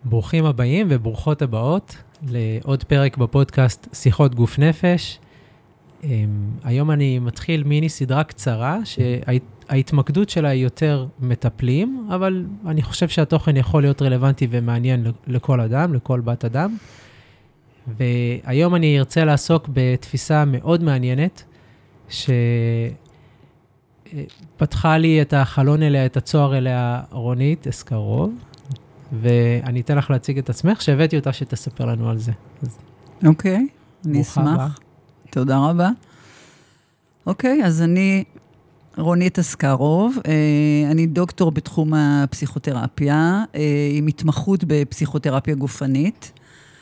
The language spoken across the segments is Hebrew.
ברוכים הבאים וברוכות הבאות לעוד פרק בפודקאסט שיחות גוף נפש. היום אני מתחיל מיני סדרה קצרה שההתמקדות שלה היא יותר מטפלים, אבל אני חושב שהתוכן יכול להיות רלוונטי ומעניין לכל אדם, לכל בת אדם. והיום אני ארצה לעסוק בתפיסה מאוד מעניינת, שפתחה לי את החלון אליה, את הצוהר אליה רונית אסקרוב, ואני אתן לך להציג את עצמך, שהבאתי אותה שתספר לנו על זה. אוקיי, אני אשמח. תודה רבה. אוקיי, אז אני רונית אסקרוב, אני דוקטור בתחום הפסיכותרפיה, עם התמחות בפסיכותרפיה גופנית.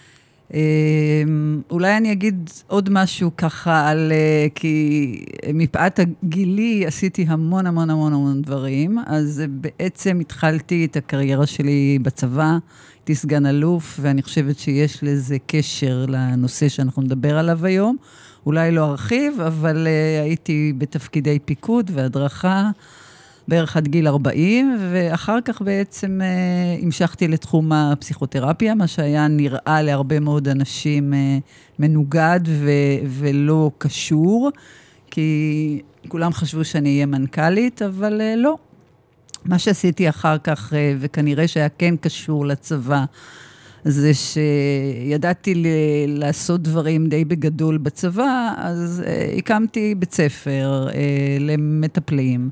אולי אני אגיד עוד משהו ככה כי מפאת הגילי עשיתי המון דברים, אז בעצם התחלתי את הקריירה שלי בצבא, הייתי סגן אלוף, ואני חושבת שיש לזה קשר לנושא שאנחנו נדבר עליו היום. אולי לא ארחיב, אבל הייתי בתפקידי פיקוד והדרכה, בערך עד גיל 40, ואחר כך בעצם המשכתי לתחום הפסיכותרפיה, מה שהיה נראה להרבה מאוד אנשים מנוגד ולא קשור, כי כולם חשבו שאני אהיה מנכ"לית, אבל לא. מה שעשיתי אחר כך, וכנראה שהיה כן קשור לצבא, זה שידעתי לעשות דברים די בגדול בצבא, אז הקמתי בית ספר למטפלים,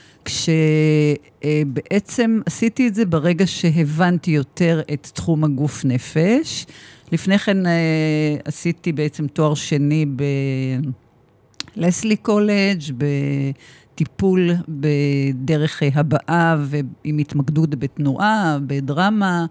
כשבעצם עשיתי את זה ברגע שהבנתי יותר את תחום הגוף נפש. לפני כן עשיתי בעצם תואר שני בלסלי קולג' בטיפול בדרך הבאה ועם התמקדות בתנועה, בדרמה,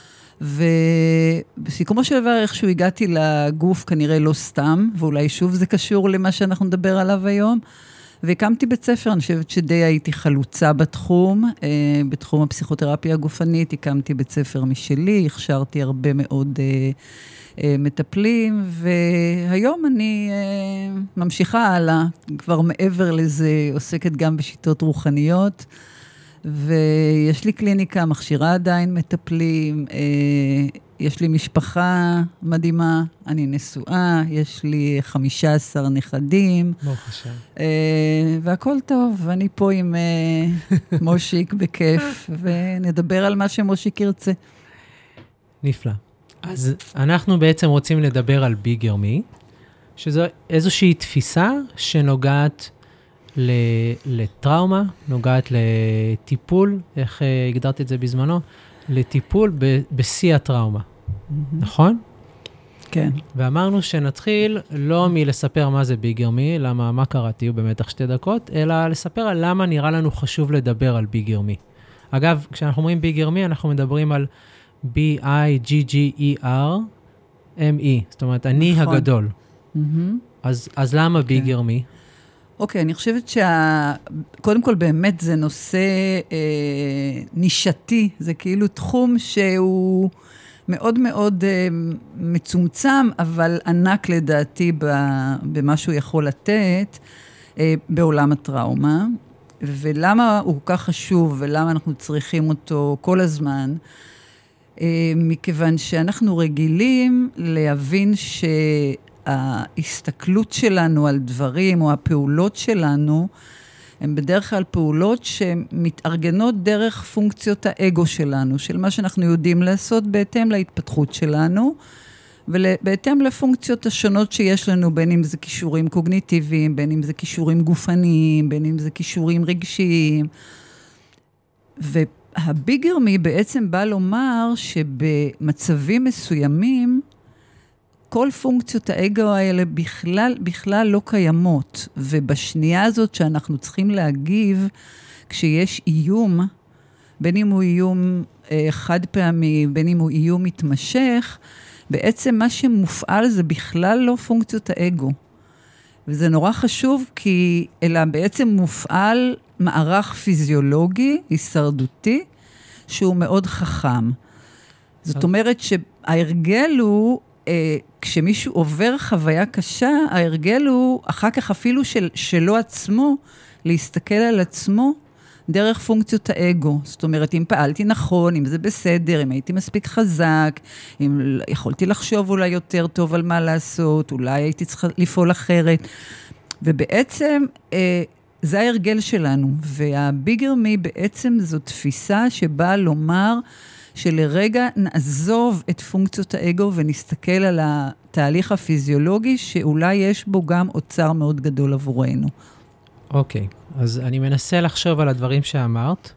ובסיכומו של דבר איכשהו הגעתי לגוף כנראה לא סתם, ואולי שוב זה קשור למה שאנחנו נדבר עליו היום, והקמתי בית ספר, אני חושבת שדי הייתי חלוצה בתחום הפסיכותרפיה הגופנית, הקמתי בית ספר משלי, הכשרתי הרבה מאוד מטפלים, והיום אני ממשיכה הלאה, כבר מעבר לזה, עוסקת גם בשיטות רוחניות, ויש לי קליניקה, מכשירה עדיין מטפלים, יש לי משפחה מדהימה, אני נשואה, יש לי 15 נכדים. ברוך השם. והכל טוב, ואני פה עם מושיק בכיף, ונדבר על מה שמושיק ירצה. נפלא. אז אנחנו בעצם רוצים לדבר על ביגר מי, שזו איזושהי תפיסה שנוגעת לטראומה, נוגעת לטיפול, איך הגדרתי את זה בזמנו? לטיפול בשיא הטראומה, נכון? כן. ואמרנו שנתחיל לא מלספר מה זה ביגר מי, למה, מה קראתי, הוא במתח 2 דקות, אלא לספר על למה נראה לנו חשוב לדבר על ביגר מי. אגב, כשאנחנו אומרים ביגר מי, אנחנו מדברים על B-I-G-G-E-R-M-E, זאת אומרת, אני הגדול. אז למה ביגר מי? אוקיי, אני חושבת קודם כל באמת זה נושא נישתי, זה כאילו תחום שהוא מאוד מאוד מצומצם, אבל ענק לדעתי במה שהוא יכול לתת בעולם הטראומה, ולמה הוא כל כך חשוב ולמה אנחנו צריכים אותו כל הזמן, מכיוון שאנחנו רגילים להבין ההסתכלות שלנו על דברים או הפעולות שלנו, הן בדרך כלל פעולות שמתארגנות דרך פונקציות האגו שלנו, של מה שאנחנו יודעים לעשות בהתאם להתפתחות שלנו, ובהתאם לפונקציות השונות שיש לנו, בין אם זה כישורים קוגניטיביים, בין אם זה כישורים גופניים, בין אם זה כישורים רגשיים. והביגר מי בעצם בא לומר שבמצבים מסוימים, כל פונקציות האגו האלה בכלל לא קיימות, ובשנייה הזאת שאנחנו צריכים להגיב, כשיש איום, בין אם הוא איום חד פעמי, בין אם הוא איום מתמשך, בעצם מה שמופעל זה בכלל לא פונקציות האגו. וזה נורא חשוב, כי אלא בעצם מופעל מערך פיזיולוגי, הישרדותי, שהוא מאוד חכם. זאת אומרת שההרגל הוא, כשמישהו עובר חוויה קשה, ההרגל הוא אחר כך אפילו שלו עצמו, להסתכל על עצמו דרך פונקציות האגו. זאת אומרת, אם פעלתי נכון, אם זה בסדר, אם הייתי מספיק חזק, אם יכולתי לחשוב אולי יותר טוב על מה לעשות, אולי הייתי צריכה לפעול אחרת. ובעצם זה ההרגל שלנו, והביגר מי בעצם זו תפיסה שבאה לומר שלרגע נעזוב את פונקציות האגו ונסתכל על התהליך הפיזיולוגי שאולי יש בו גם אוצר מאוד גדול עבורנו. אוקיי, אז אני מנסה לחשוב על הדברים שאמרת.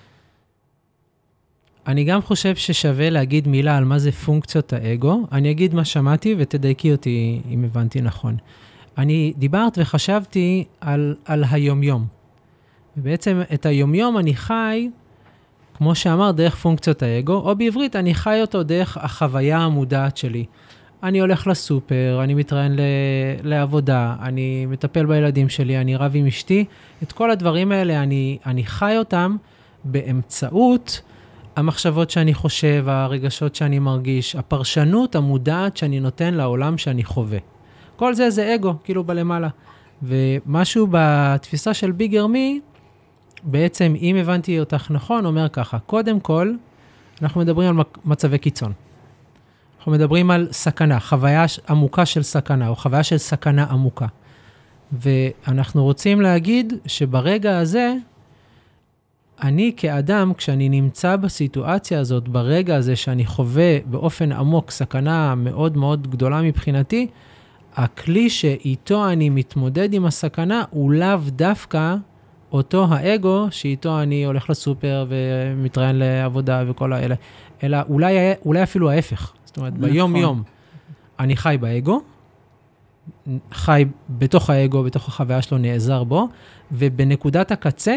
אני גם חושב ששווה להגיד מילה על מה זה פונקציות האגו. אני אגיד מה שמעתי ותדייקי אותי אם הבנתי נכון. אני דיברת וחשבתי על היומיום. ובעצם את היומיום אני חי, כמו שאמר, דרך פונקציות האגו, או בעברית אני חי אותו דרך החוויה המודעת שלי. אני הולך לסופר, אני מתראיין לעבודה, אני מטפל בילדים שלי, אני רב עם אשתי. את כל הדברים האלה אני חי אותם באמצעות המחשבות שאני חושב, הרגשות שאני מרגיש, הפרשנות המודעת שאני נותן לעולם שאני חווה. כל זה אגו, כאילו בלמעלה. ומשהו בתפיסה של ביגר מי, בעצם, אם הבנתי אותך נכון, אומר ככה, קודם כל, אנחנו מדברים על מצבי קיצון. אנחנו מדברים על סכנה, חוויה עמוקה של סכנה, או חוויה של סכנה עמוקה. ואנחנו רוצים להגיד שברגע הזה, אני כאדם, כשאני נמצא בסיטואציה הזאת, ברגע הזה שאני חווה באופן עמוק סכנה מאוד מאוד גדולה מבחינתי, הכלי שאיתו אני מתמודד עם הסכנה, הוא לאו דווקא אותו האגו שאיתו אני הולך לסופר ומתראיין לעבודה וכל האלה, אלא אולי אפילו ההפך. זאת אומרת, ביום יום אני חי באגו, חי בתוך האגו, בתוך החוויה שלו, נעזר בו, ובנקודת הקצה,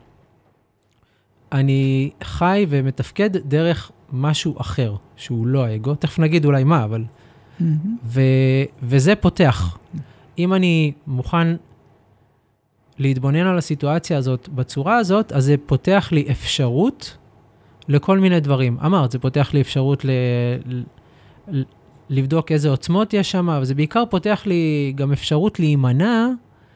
אני חי ומתפקד דרך משהו אחר, שהוא לא האגו. תכף נגיד אולי מה, אבל... וזה פותח. אם אני מוכן להתבונן על הסיטואציה הזאת בצורה הזאת, אז זה פותח לי אפשרות לכל מיני דברים. אמרת, זה פותח לי אפשרות לבדוק איזה עוצמות יש שם, אבל זה בעיקר פותח לי גם אפשרות להימנע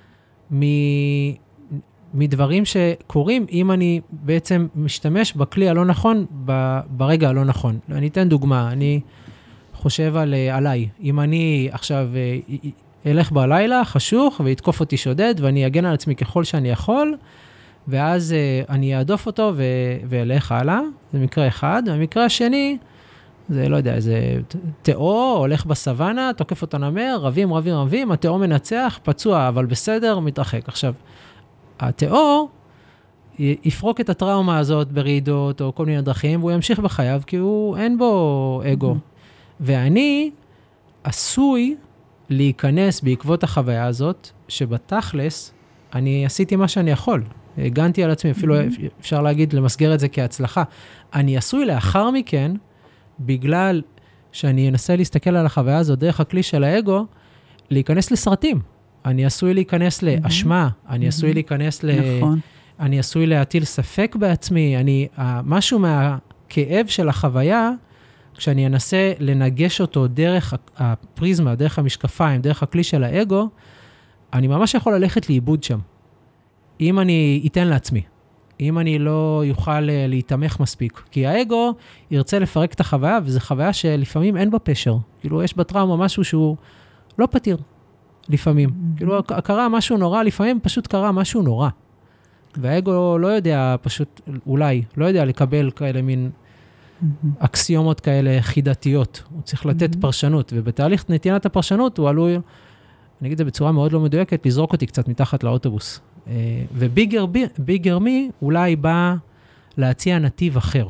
מדברים שקורים, אם אני בעצם משתמש בכלי הלא נכון, ברגע הלא נכון. אני אתן דוגמה, אני חושב עליי. אם אני עכשיו אלך בלילה חשוך ויתקוף אותי שודד, ואני אגן על עצמי ככל שאני יכול, ואז אני אעדוף אותו ואלך הלאה. זה מקרה אחד. והמקרה השני, זה לא יודע, איזה תאו הולך בסוואנה, תוקף אותו נמר, רבים, התאו מנצח, פצוע, אבל בסדר, מתרחק. עכשיו, התיאור יפרוק את הטראומה הזאת ברעידות או כל מיני דרכים, והוא ימשיך בחייו, כי אין בו אגו. ואני עשוי להיכנס בעקבות החוויה הזאת, שבתכלס אני עשיתי מה שאני יכול. הגנתי על עצמי, אפילו אפשר להגיד, למסגר את זה כהצלחה. אני עשוי לאחר מכן, בגלל שאני אנסה להסתכל על החוויה הזאת דרך הכלי של האגו, להיכנס לסרטים. אני עשוי להיכנס לאשמה, אני עשוי להיכנס אני עשוי להטיל ספק בעצמי, משהו מהכאב של החוויה, כשאני אנסה לנגש אותו דרך הפריזמה, דרך המשקפיים, דרך הכלי של האגו, אני ממש יכול ללכת לאיבוד שם. אם אני אתן לעצמי, אם אני לא יוכל להתמך מספיק. כי האגו ירצה לפרק את החוויה, וזו חוויה שלפעמים אין בה פשר. כאילו, יש בטראומה משהו שהוא לא פתיר. לפעמים. כאילו, קרה משהו נורא, לפעמים פשוט קרה משהו נורא. והאגו לא יודע, פשוט, אולי, לא יודע לקבל כאלה מין אקסיומות כאלה חידתיות. הוא צריך לתת פרשנות, ובתהליך נתינת הפרשנות הוא עלוי, אני אגיד את זה בצורה מאוד לא מדויקת, לזרוק אותי קצת מתחת לאוטובוס. וביגר מי אולי בא להציע נתיב אחר,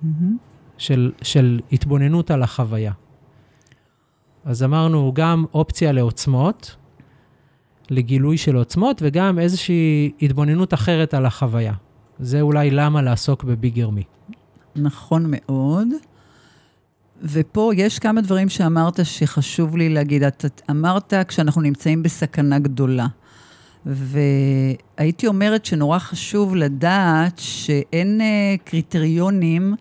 של התבוננות על החוויה. אז אמרנו גם אופציה לעוצמות, לגילוי של עוצמות, וגם איזושהי התבוננות אחרת על החוויה. זה אולי למה לעסוק בביגר מי. נכון מאוד. ופה יש כמה דברים שאמרת שחשוב לי להגיד. אתה אמרת כשאנחנו נמצאים בסכנה גדולה. והייתי אומרת שנורא חשוב לדעת שאין קריטריונים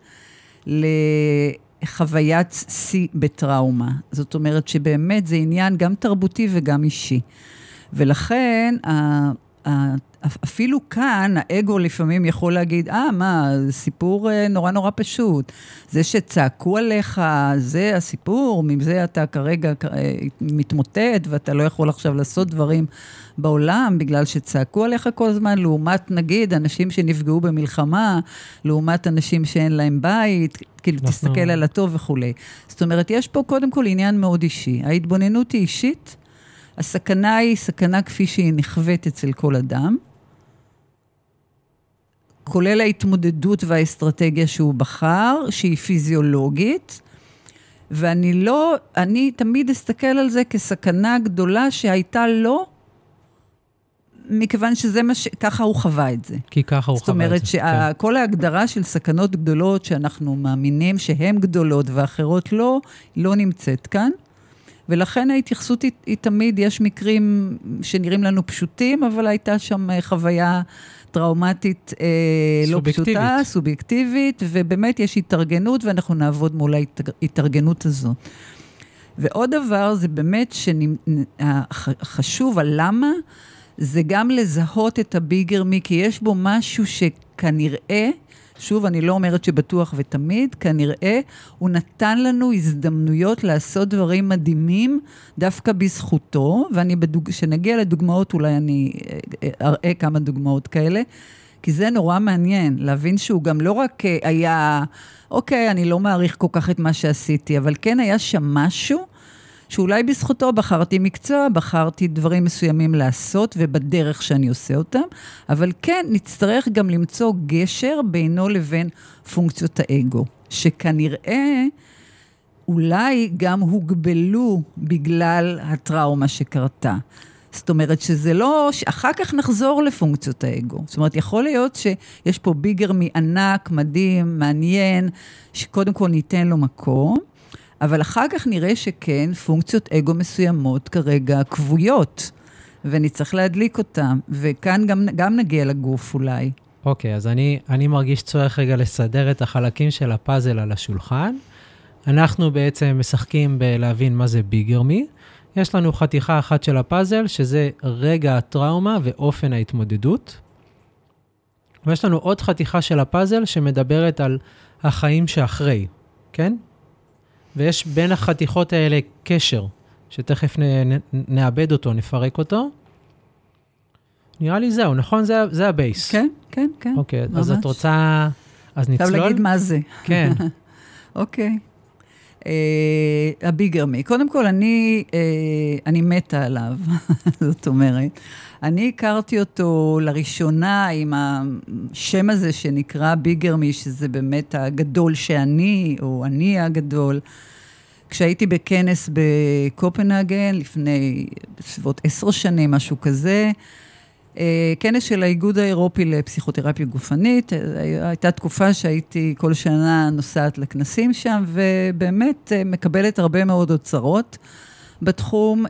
לחוויית שיא בטראומה. זאת אומרת שבאמת זה עניין גם תרבותי וגם אישי. ולכן אפילו כאן, האגו לפעמים יכול להגיד, מה, זה סיפור נורא נורא פשוט. זה שצעקו עליך, זה הסיפור, מזה אתה כרגע מתמוטט, ואתה לא יכול עכשיו לעשות דברים בעולם, בגלל שצעקו עליך כל הזמן, לעומת נגיד, אנשים שנפגעו במלחמה, לעומת אנשים שאין להם בית, כאילו תסתכל על הטוב וכו'. זאת אומרת, יש פה קודם כל עניין מאוד אישי. ההתבוננות היא אישית, הסכנה היא סכנה כפי שהיא נחוות אצל כל אדם, כולל ההתמודדות והאסטרטגיה שהוא בחר, שהיא פיזיולוגית, אני תמיד אסתכל על זה כסכנה גדולה שהייתה לו, מכיוון שזה ככה הוא חווה את זה. כי ככה הוא חווה את זה. זאת אומרת שכל ההגדרה של סכנות גדולות שאנחנו מאמינים שהן גדולות ואחרות לא נמצאת כאן, ולכן ההתייחסות היא תמיד, יש מקרים שנראים לנו פשוטים, אבל הייתה שם חוויה טראומטית לא פשוטה, סובייקטיבית, ובאמת יש התארגנות, ואנחנו נעבוד מול ההתארגנות הזאת. ועוד דבר, זה באמת חשוב, למה? זה גם לזהות את הביגרמי, כי יש בו משהו שכנראה, שוב, אני לא אומרת שבטוח ותמיד, כנראה הוא נתן לנו הזדמנויות לעשות דברים מדהימים, דווקא בזכותו, כשנגיע לדוגמאות, אולי אני אראה כמה דוגמאות כאלה, כי זה נורא מעניין, להבין שהוא גם לא רק היה, אוקיי, אני לא מעריך כל כך את מה שעשיתי, אבל כן היה שם משהו, שאולי בזכותו בחרתי מקצוע, בחרתי דברים מסוימים לעשות, ובדרך שאני עושה אותם, אבל כן נצטרך גם למצוא גשר בינו לבין פונקציות האגו, שכנראה אולי גם הוגבלו בגלל הטראומה שקרתה. זאת אומרת שזה לא, אחר כך נחזור לפונקציות האגו. זאת אומרת, יכול להיות שיש פה ביגרמי ענק, מדהים, מעניין, שקודם כל ניתן לו מקום, אבל אחר כך נראה שכן, פונקציות אגו מסוימות כרגע קבויות, ונצטרך להדליק אותם, וכאן גם נגיע לגוף אולי. אוקיי, אז אני מרגיש צורך רגע לסדר את החלקים של הפאזל על השולחן. אנחנו בעצם משחקים בלהבין מה זה ביגרמי. יש לנו חתיכה אחת של הפאזל, שזה רגע הטראומה ואופן ההתמודדות. ויש לנו עוד חתיכה של הפאזל שמדברת על החיים שאחרי, כן? ויש בין החתיכות האלה קשר, שתכף נאבד אותו, נפרק אותו. נראה לי זהו, נכון? זה הבייס. כן, כן, כן. אוקיי, אז את רוצה, אז נצלול? עכשיו להגיד מה זה. כן. אוקיי. הביגרמי. קודם כל, אני מתה עליו, זאת אומרת. אני הכרתי אותו לראשונה עם השם הזה שנקרא ביגרמי, שזה באמת הגדול שאני, או אני הגדול. כשהייתי בכנס בקופנהגן, לפני בסביבות 10 שנים, משהו כזה, כנס של האיגוד האירופי לפסיכותרפיה גופנית, הייתה תקופה שהייתי כל שנה נוסעת לכנסים שם, ובאמת מקבלת הרבה מאוד אוצרות בתחום,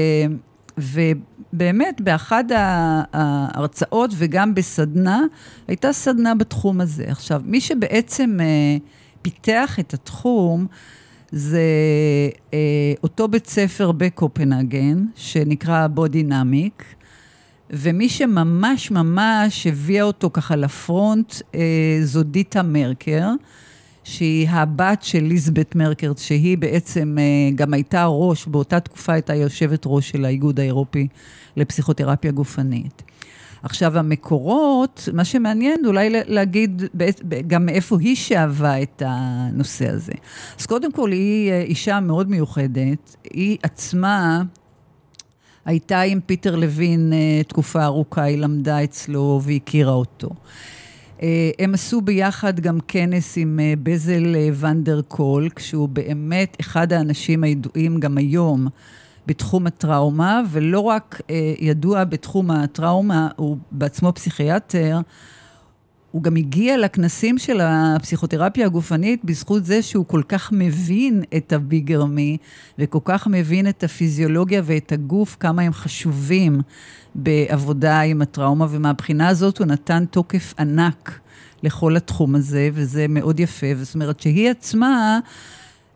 ובאמת באחד ההרצאות וגם בסדנה, הייתה סדנה בתחום הזה. עכשיו, מי שבעצם פיתח את התחום, זה אותו בית ספר בקופנהגן, שנקרא בודינמיק, ומי שממש ממש הביאה אותו ככה לפרונט, זו דיטה מרקר, שהיא הבת של ליזבט מרקר, שהיא בעצם גם הייתה ראש, באותה תקופה הייתה יושבת ראש של האיגוד האירופי לפסיכותרפיה גופנית. עכשיו המקורות, מה שמעניין אולי להגיד גם מאיפה היא שאהבה את הנושא הזה. אז קודם כל היא אישה מאוד מיוחדת, היא עצמה הייתה עם פיטר לוין תקופה ארוכה, היא למדה אצלו והכירה אותו. הם עשו ביחד גם כנס עם בזל ונדר קולק, שהוא באמת אחד האנשים הידועים גם היום בתחום הטראומה, ולא רק ידוע בתחום הטראומה, הוא בעצמו פסיכיאטר, הוא גם הגיע לכנסים של הפסיכותרפיה הגופנית בזכות זה שהוא כל כך מבין את הביגרמי, וכל כך מבין את הפיזיולוגיה ואת הגוף, כמה הם חשובים בעבודה עם הטראומה, ומהבחינה הזאת הוא נתן תוקף ענק לכל התחום הזה, וזה מאוד יפה. זאת אומרת שהיא עצמה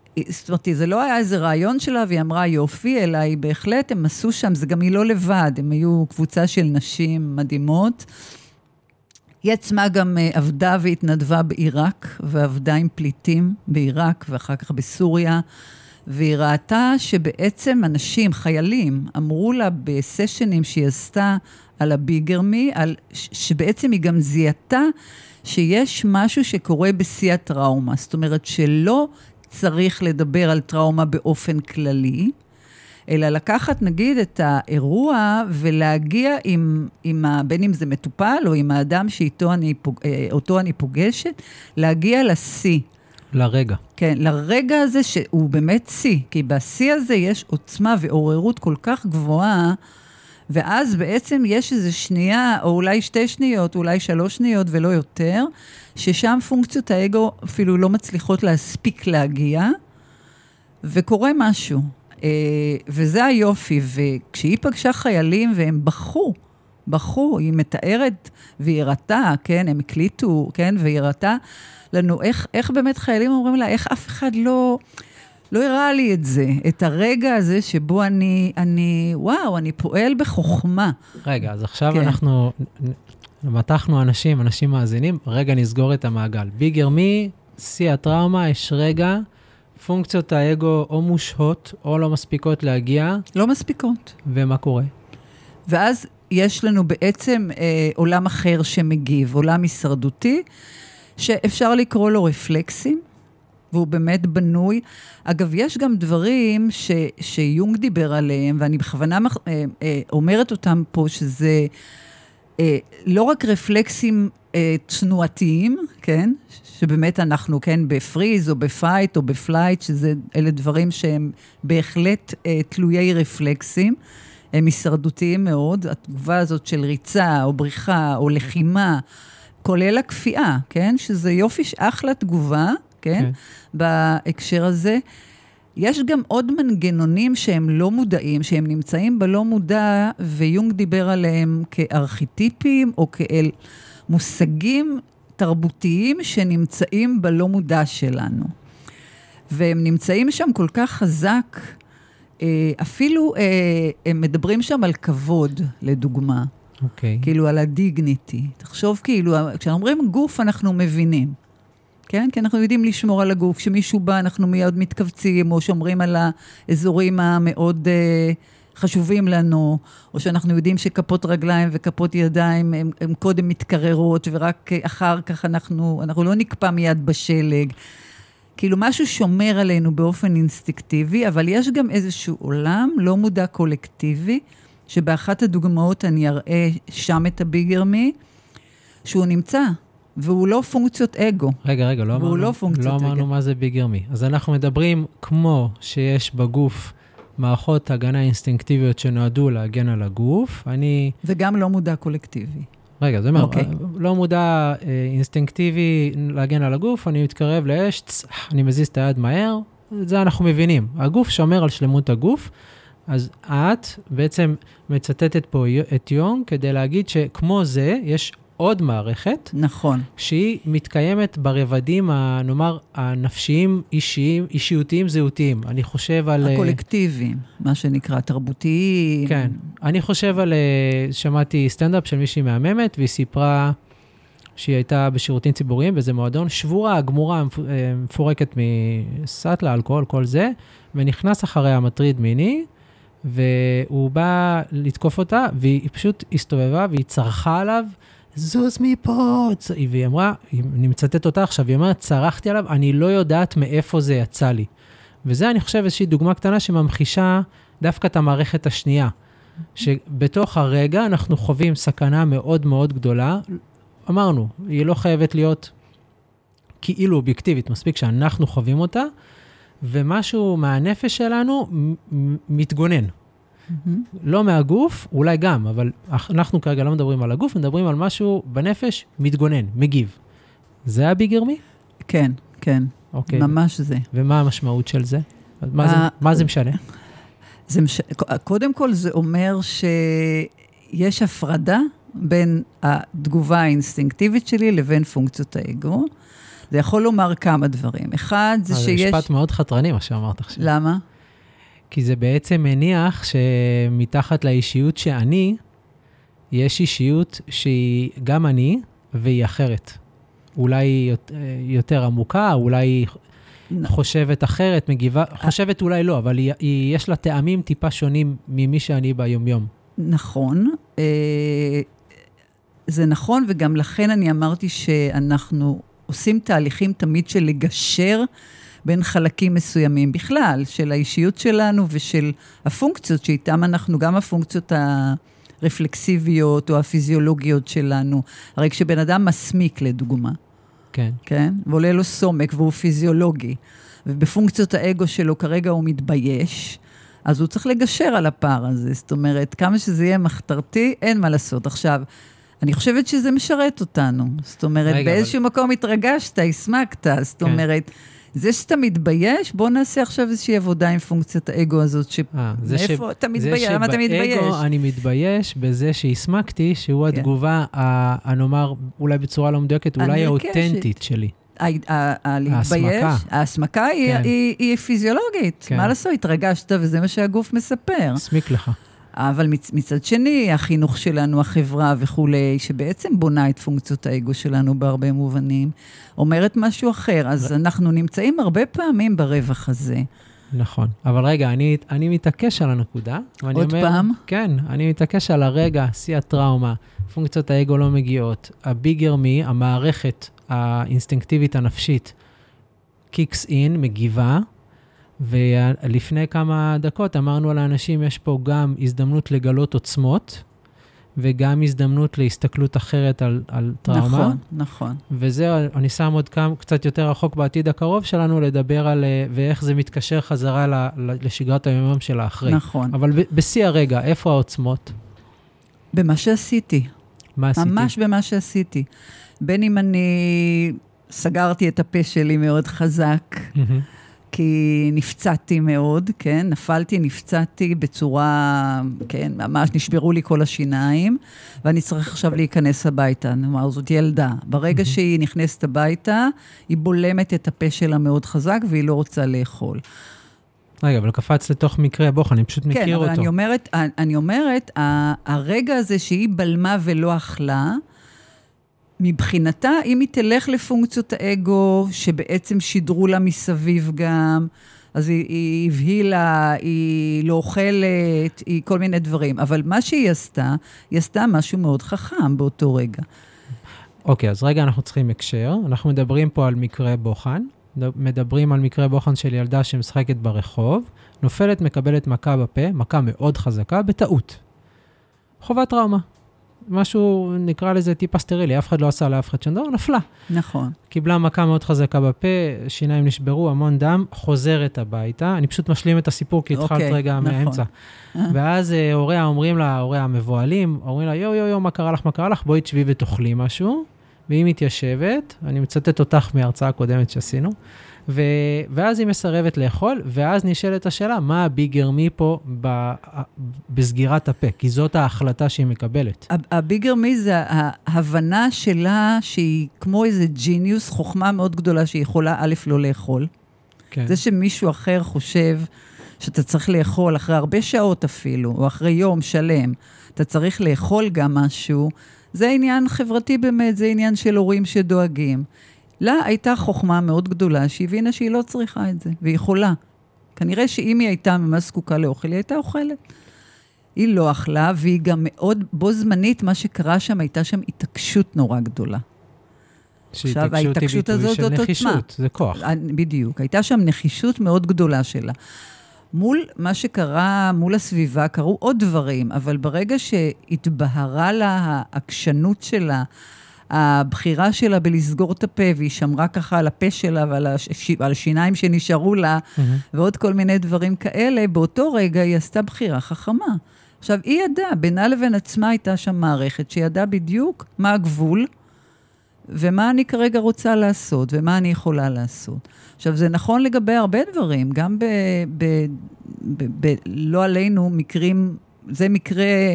זאת אומרת, זה לא היה איזה רעיון שלה, והיא אמרה יופי, אלא היא בהחלט, הם עשו שם, זה גם היא לא לבד, הם היו קבוצה של נשים מדהימות. היא עצמה גם עבדה והתנדבה בעיראק, ועבדה עם פליטים בעיראק, ואחר כך בסוריה, והיא ראתה שבעצם אנשים, חיילים, אמרו לה בסשנים שהיא עשתה על הביגרמי, שבעצם היא גם זיהתה שיש משהו שקורה בשיא הטראומה, זאת אומרת שלא צריך לדבר על טראומה באופן כללי, אלא לקחת נגיד את האירוע ולהגיע בין אם זה מטופל או עם האדם שאותו אני פוגשת, להגיע לשיא. לרגע. כן, לרגע הזה שהוא באמת שיא, כי בשיא הזה יש עוצמה ועוררות כל כך גבוהה, ואז בעצם יש איזו שנייה, או אולי 2 שניות, אולי 3 שניות ולא יותר, ששם פונקציות האגו אפילו לא מצליחות להספיק להגיע, וקורה משהו. וזה היופי, וכשהיא פגשה חיילים והם בכו, היא מתארת והיא הראתה, כן, הם הקליטו, כן, והיא הראתה לנו איך באמת חיילים אומרים לה, איך אף אחד לא הראה לי את זה, את הרגע הזה שבו אני פועל בחוכמה. רגע, אז עכשיו אנחנו מתחנו אנשים מאזינים, רגע נסגור את המעגל. ביגרמי, שיא הטראומה, יש רגע, פונקציות האגו או מושהות או לא מספיקות להגיע. לא מספיקות. ומה קורה? ואז יש לנו בעצם עולם אחר שמגיב, עולם הישרדותי, שאפשר לקרוא לו רפלקסים, והוא באמת בנוי. אגב, יש גם דברים שיונג דיבר עליהם, ואני בכוונה אומרת אותם פה, שזה לא רק רפלקסים תנועתיים, כן? שבאמת אנחנו, כן, בפריז או בפייט או בפלייט, אלה דברים שהם בהחלט תלויי רפלקסים, הם הישרדותיים מאוד, התגובה הזאת של ריצה או בריחה או לחימה, כולל הכפייה, כן? שזה יופי, אחלה תגובה, כן? בהקשר הזה. יש גם עוד מנגנונים שהם לא מודעים, שהם נמצאים בלא מודע, ויונג דיבר עליהם כארכיטיפים או כאל מושגים תרבותיים שנמצאים בלא מודע שלנו. והם נמצאים שם כל כך חזק, אפילו הם מדברים שם על כבוד, לדוגמה. אוקיי. כאילו על הדיגניטי. תחשוב כאילו, כשאומרים גוף אנחנו מבינים. כן? כי אנחנו יודעים לשמור על הגוף. כשמישהו בא אנחנו מיד מתכווצים, או שומרים על האזורים המאוד חשובים לנו, או שאנחנו יודעים שכפות רגליים וכפות ידיים הם קודם מתקררות, ורק אחר כך אנחנו לא נקפא מיד בשלג. כאילו משהו שומר עלינו באופן אינסטינקטיבי, אבל יש גם איזשהו עולם לא מודע קולקטיבי, שבאחת הדוגמאות אני אראה שם את הביגרמי, שהוא נמצא, והוא לא פונקציות אגו. רגע, לא אמרנו מה זה ביגרמי. אז אנחנו מדברים כמו שיש בגוף מערכות הגנה אינסטינקטיביות שנועדו להגן על הגוף. וגם לא מודע קולקטיבי. רגע, זה אומר, לא מודע אינסטינקטיבי להגן על הגוף, אני מתקרב לאש, אני מזיז את היד מהר, זה אנחנו מבינים. הגוף שומר על שלמות הגוף, אז את בעצם מצטטת פה את יונג כדי להגיד שכמו זה יש עוד מערכת. נכון. שהיא מתקיימת ברבדים, נאמר, הנפשיים, אישיותיים, זהותיים. אני חושב על... הקולקטיביים, מה שנקרא, תרבותיים. כן. אני חושב על... שמעתי סטנדאפ של מישהי מהממת, והיא סיפרה שהיא הייתה בשירותים ציבוריים, וזה מועדון שבורה, גמורה, מפורקת מסטלה, אלכוהול, כל זה, ונכנס אחריה המטריד מיני, והוא בא לתקוף אותה, והיא פשוט הסתובבה, והיא צרחה עליו, זוז מפה, והיא אמרה, אני מצטט אותה עכשיו, היא אומרת, צרחתי עליו, אני לא יודעת מאיפה זה יצא לי. וזה אני חושב איזושהי דוגמה קטנה שממחישה דווקא את המערכת השנייה, שבתוך הרגע אנחנו חווים סכנה מאוד מאוד גדולה, אמרנו, היא לא חייבת להיות כאילו אובייקטיבית, מספיק שאנחנו חווים אותה, ומשהו מהנפש שלנו מתגונן. לא מהגוף, אולי גם, אבל אנחנו כרגע לא מדברים על הגוף, מדברים על משהו בנפש מתגונן, מגיב. זה הביגרמי? כן, כן. אוקיי. ממש זה. ומה המשמעות של זה? מה זה משנה? קודם כל זה אומר שיש הפרדה בין התגובה האינסטינקטיבית שלי לבין פונקציות האגו. זה יכול לומר כמה דברים. אחד, זה שיש... זה משפט מאוד חתרני, מה שאמרת עכשיו. למה? כי זה בעצם מניח שמתחת לאישיות שאני, יש אישיות שהיא גם אני, והיא אחרת. אולי יותר עמוקה, אולי חושבת אחרת, מגיבה, חושבת אולי לא, אבל יש לה טעמים טיפה שונים ממי שאני ביום-יום. נכון. זה נכון, וגם לכן אני אמרתי שאנחנו עושים תהליכים תמיד של לגשר בין חלקים מסוימים בכלל, של האישיות שלנו ושל הפונקציות שאיתם אנחנו, גם הפונקציות הרפלקסיביות או הפיזיולוגיות שלנו. הרי כשבן אדם מסמיק לדוגמה, כן. כן? ועולה לו סומק והוא פיזיולוגי, ובפונקציות האגו שלו כרגע הוא מתבייש, אז הוא צריך לגשר על הפער הזה. זאת אומרת, כמה שזה יהיה מחתרתי, אין מה לעשות. עכשיו, אני חושבת שזה משרת אותנו. זאת אומרת, באיזשהו מקום התרגשת, הסמקת. זאת אומרת, זה שאתה מתבייש, בוא נעשה עכשיו איזושהי עבודה עם פונקציית האגו הזאת, מאיפה אתה מתבייש? למה אתה מתבייש? באגו אני מתבייש בזה שהסמקתי, שהוא התגובה, נאמר, אולי בצורה לא מדויקת, אולי האותנטית שלי. ההסמקה היא פיזיולוגית. מה לעשות? התרגשת, וזה מה שהגוף מספר. הסמיק לך. אבל מצד שני, החינוך שלנו, החברה וכולי, שבעצם בונה את פונקציות האגו שלנו בהרבה מובנים, אומרת משהו אחר. אז אנחנו נמצאים הרבה פעמים ברווח הזה. נכון. אבל רגע, אני מתעקש על הנקודה. עוד פעם? כן, אני מתעקש על הרגע, שיא הטראומה, פונקציות האגו לא מגיעות, הביגר מי, המערכת האינסטינקטיבית הנפשית, קיקס אין, מגיבה, ולפני כמה דקות אמרנו לאנשים, יש פה גם הזדמנות לגלות עוצמות, וגם הזדמנות להסתכלות אחרת על טראומה. נכון, נכון. וזה, אני שם עוד קצת יותר רחוק בעתיד הקרוב שלנו, לדבר על, ואיך זה מתקשר חזרה לשגרת היומם של האחרי. נכון. אבל בשיא הרגע, איפה העוצמות? במה שעשיתי. מה עשיתי? ממש במה שעשיתי. בין אם אני סגרתי את הפה שלי מאוד חזק, כי נפצעתי מאוד, כן? נפלתי, נפצעתי בצורה, כן? ממש נשברו לי כל השיניים, ואני צריך עכשיו להיכנס הביתה. נאמר, זאת ילדה. ברגע שהיא נכנסת הביתה, היא בולמת את הפה שלה מאוד חזק, והיא לא רוצה לאכול. רגע, אבל קפץ לתוך מקרה בוח, אני פשוט מכיר אותו. כן, אבל אני אומרת, הרגע הזה שהיא בלמה ולא אכלה, מבחינתה, אם היא תלך לפונקציות האגו, שבעצם שידרו לה מסביב גם, אז היא הבהילה, היא לא אוכלת, היא כל מיני דברים. אבל מה שהיא עשתה משהו מאוד חכם באותו רגע. אוקיי, אז רגע אנחנו צריכים הקשר. אנחנו מדברים פה על מקרה בוחן. מדברים על מקרה בוחן של ילדה שמשחקת ברחוב, נופלת, מקבלת מכה בפה, מכה מאוד חזקה, בטעות. חובת טראומה. משהו, נקרא לזה טיפה סטרילי, אף אחד לא עשה לאף אחד שום, נפלה. נכון. קיבלה מכה מאוד חזקה בפה, שיניים נשברו, המון דם, חוזרת הביתה, אני פשוט משלים את הסיפור, כי התחלת רגע מהאמצע. ואז הוריה אומרים לה, הוריה המבועלים, אומרים לה, יו, מה קרה לך, בואי תשבי ותאכלי משהו, והיא מתיישבת, אני מצטט אותך מההרצאה הקודמת שעשינו, ואז היא מסרבת לאכול, ואז נשאלת השאלה, מה הביגר מי פה בסגירת הפה? כי זאת ההחלטה שהיא מקבלת. הביגר מי זה ההבנה שלה, שהיא כמו איזה ג'יניוס, חוכמה מאוד גדולה, שהיא יכולה א' לא לאכול. כן. זה שמישהו אחר חושב שאתה צריך לאכול, אחרי הרבה שעות אפילו, או אחרי יום שלם, אתה צריך לאכול גם משהו, זה עניין חברתי באמת, זה עניין של הורים שדואגים. לה הייתה חוכמה מאוד גדולה, שהבינה שהיא לא צריכה את זה, והיא יכולה. כנראה שאם היא הייתה ממש זקוקה לאוכל, היא הייתה אוכלת. היא לא אכלה, והיא גם מאוד, בו זמנית, מה שקרה שם, הייתה שם התעקשות נורא גדולה. שהתעקשות היא ביטוי של נחישות, זה כוח. בדיוק, הייתה שם נחישות מאוד גדולה שלה. מול מה שקרה, מול הסביבה, קרו עוד דברים, אבל ברגע שהתבהרה לה העקשנות שלה, הבחירה שלה בלסגור את הפה, והיא שמרה ככה על הפה שלה ועל השיניים שנשארו לה, ועוד כל מיני דברים כאלה, באותו רגע היא עשתה בחירה חכמה. עכשיו, היא ידעה, בינה לבין עצמה הייתה שם מערכת, שידעה בדיוק מה הגבול, ומה אני כרגע רוצה לעשות, ומה אני יכולה לעשות. עכשיו, זה נכון לגבי הרבה דברים, גם לא עלינו מקרים, זה מקרה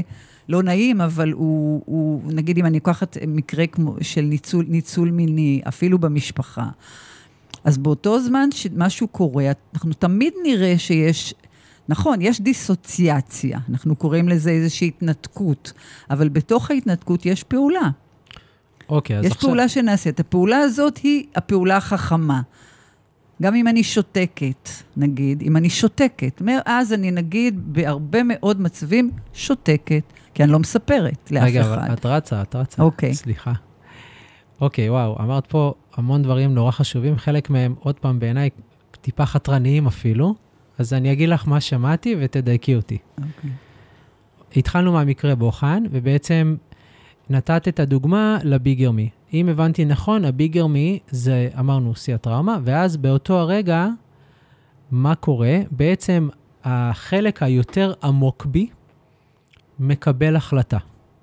לא נעים, אבל הוא נגיד אם אני לוקחת מקרה כמו של ניצול מיני, אפילו במשפחה, אז באותו זמן שמשהו קורה, אנחנו תמיד נראה שיש, נכון, יש דיסוציאציה, אנחנו קוראים לזה איזושהי התנתקות, אבל בתוך ההתנתקות יש פעולה. אוקיי, אז יש עכשיו... פעולה שנעשית. הפעולה הזאת היא הפעולה החכמה. גם אם אני שותקת, נגיד, אם אני שותקת, אז אני נגיד בהרבה מאוד מצבים שותקת, כי אני לא מספרת לאף אחד. רגע, את רצה. אוקיי. סליחה. אוקיי, וואו, אמרת פה המון דברים נורא חשובים, חלק מהם עוד פעם בעיניי טיפה חתרניים אפילו, אז אני אגיד לך מה שמעתי ותדייקי אותי. אוקיי. התחלנו מהמקרה בוחן, ובעצם נתת את הדוגמה לביגר מי. אם הבנתי נכון, הביגר מי זה, אמרנו, שיא הטראומה, ואז באותו הרגע, מה קורה? בעצם החלק היותר עמוק בי מקבל החלטה.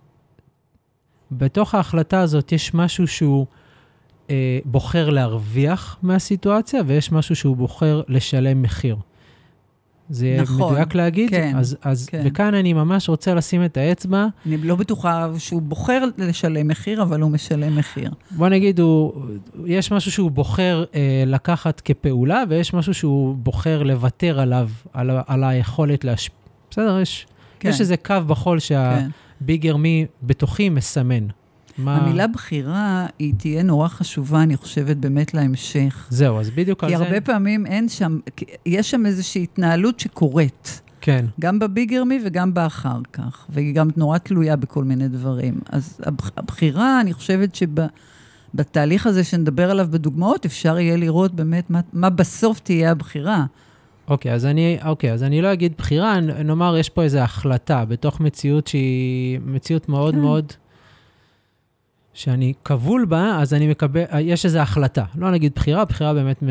בתוך ההחלטה הזאת יש משהו שהוא בוחר להרוויח מהסיטואציה, ויש משהו שהוא בוחר לשלם מחיר. זה נכון, מדויק להגיד? כן, כן. וכאן אני ממש רוצה לשים את האצבע. אני לא בטוחה שהוא בוחר לשלם מחיר, אבל הוא משלם מחיר. בוא נגיד, יש משהו שהוא בוחר לקחת כפעולה, ויש משהו שהוא בוחר לוותר עליו, על היכולת להשפיע. בסדר, יש איזה קו בחול שהביגר מי בתוכי מסמן. המילה בחירה היא תהיה נורא חשובה, אני חושבת באמת להמשך. זהו, אז בדיוק על זה... כי הרבה פעמים יש שם איזושהי התנהלות שקורית. כן. גם בביגר מי וגם באחר כך, והיא גם נורא תלויה בכל מיני דברים. אז הבחירה, אני חושבת שבתהליך הזה שנדבר עליו בדוגמאות, אפשר יהיה לראות באמת מה בסוף תהיה הבחירה. אוקיי, אז אני לא אגיד בחירה, נאמר, יש פה איזו החלטה בתוך מציאות שהיא מציאות מאוד מאוד... שאני כבול בה, אז אני מקבל, יש איזו החלטה. לא נגיד בחירה, בחירה באמת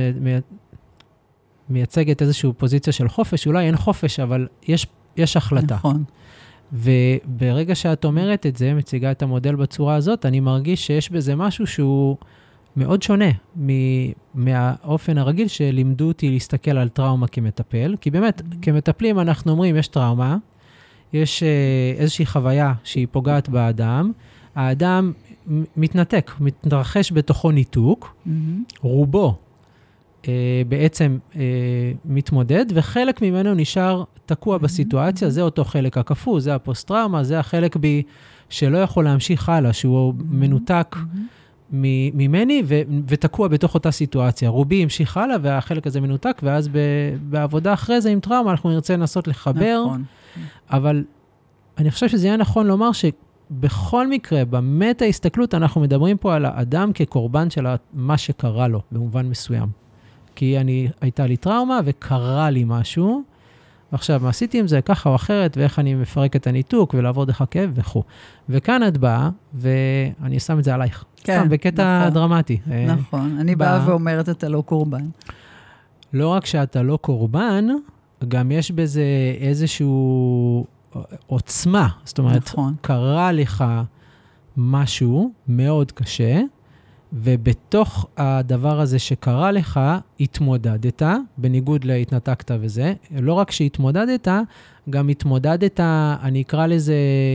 מייצגת איזושהי פוזיציה של חופש, אולי אין חופש, אבל יש החלטה. נכון. וברגע שאת אומרת את זה, מציגה את המודל בצורה הזאת, אני מרגיש שיש בזה משהו שהוא מאוד שונה מהאופן הרגיל שלימדו אותי להסתכל על טראומה כמטפל, כי באמת, כמטפלים אנחנו אומרים, יש טראומה, יש איזושהי חוויה שהיא פוגעת באדם, האדם מתנתק, מתרחש בתוכו ניתוק, רובו בעצם מתמודד, וחלק ממנו נשאר תקוע בסיטואציה, זה אותו חלק הכפו, זה הפוסט-טראומה, זה החלק בי שלא יכול להמשיך הלאה, שהוא מנותק ממני ותקוע בתוך אותה סיטואציה. רובי המשיך הלאה והחלק הזה מנותק, ואז בעבודה אחרי זה עם טראומה אנחנו נרצה לנסות לחבר, אבל אני חושב שזה יהיה נכון לומר בכל מקרה, באמת ההסתכלות, אנחנו מדברים פה על האדם כקורבן של מה שקרה לו, במובן מסוים. כי הייתה לי טראומה וקרה לי משהו, ועכשיו, מה עשיתי עם זה ככה או אחרת, ואיך אני מפרק את הניתוק, ולעבור דרך הכאב וכו'. וכאן את באה, ואני שם את זה עלייך. כן, בקטע נכון, דרמטי. נכון, אני באה ואומרת, אתה לא קורבן. לא רק שאתה לא קורבן, גם יש בזה איזשהו... עוצמה, זאת אומרת, נכון. קרה לך משהו מאוד קשה, ובתוך הדבר הזה שקרה לך, התמודדת, בניגוד להתנתקת וזה, לא רק שהתמודדת, גם התמודדת, אני אקרא לזה,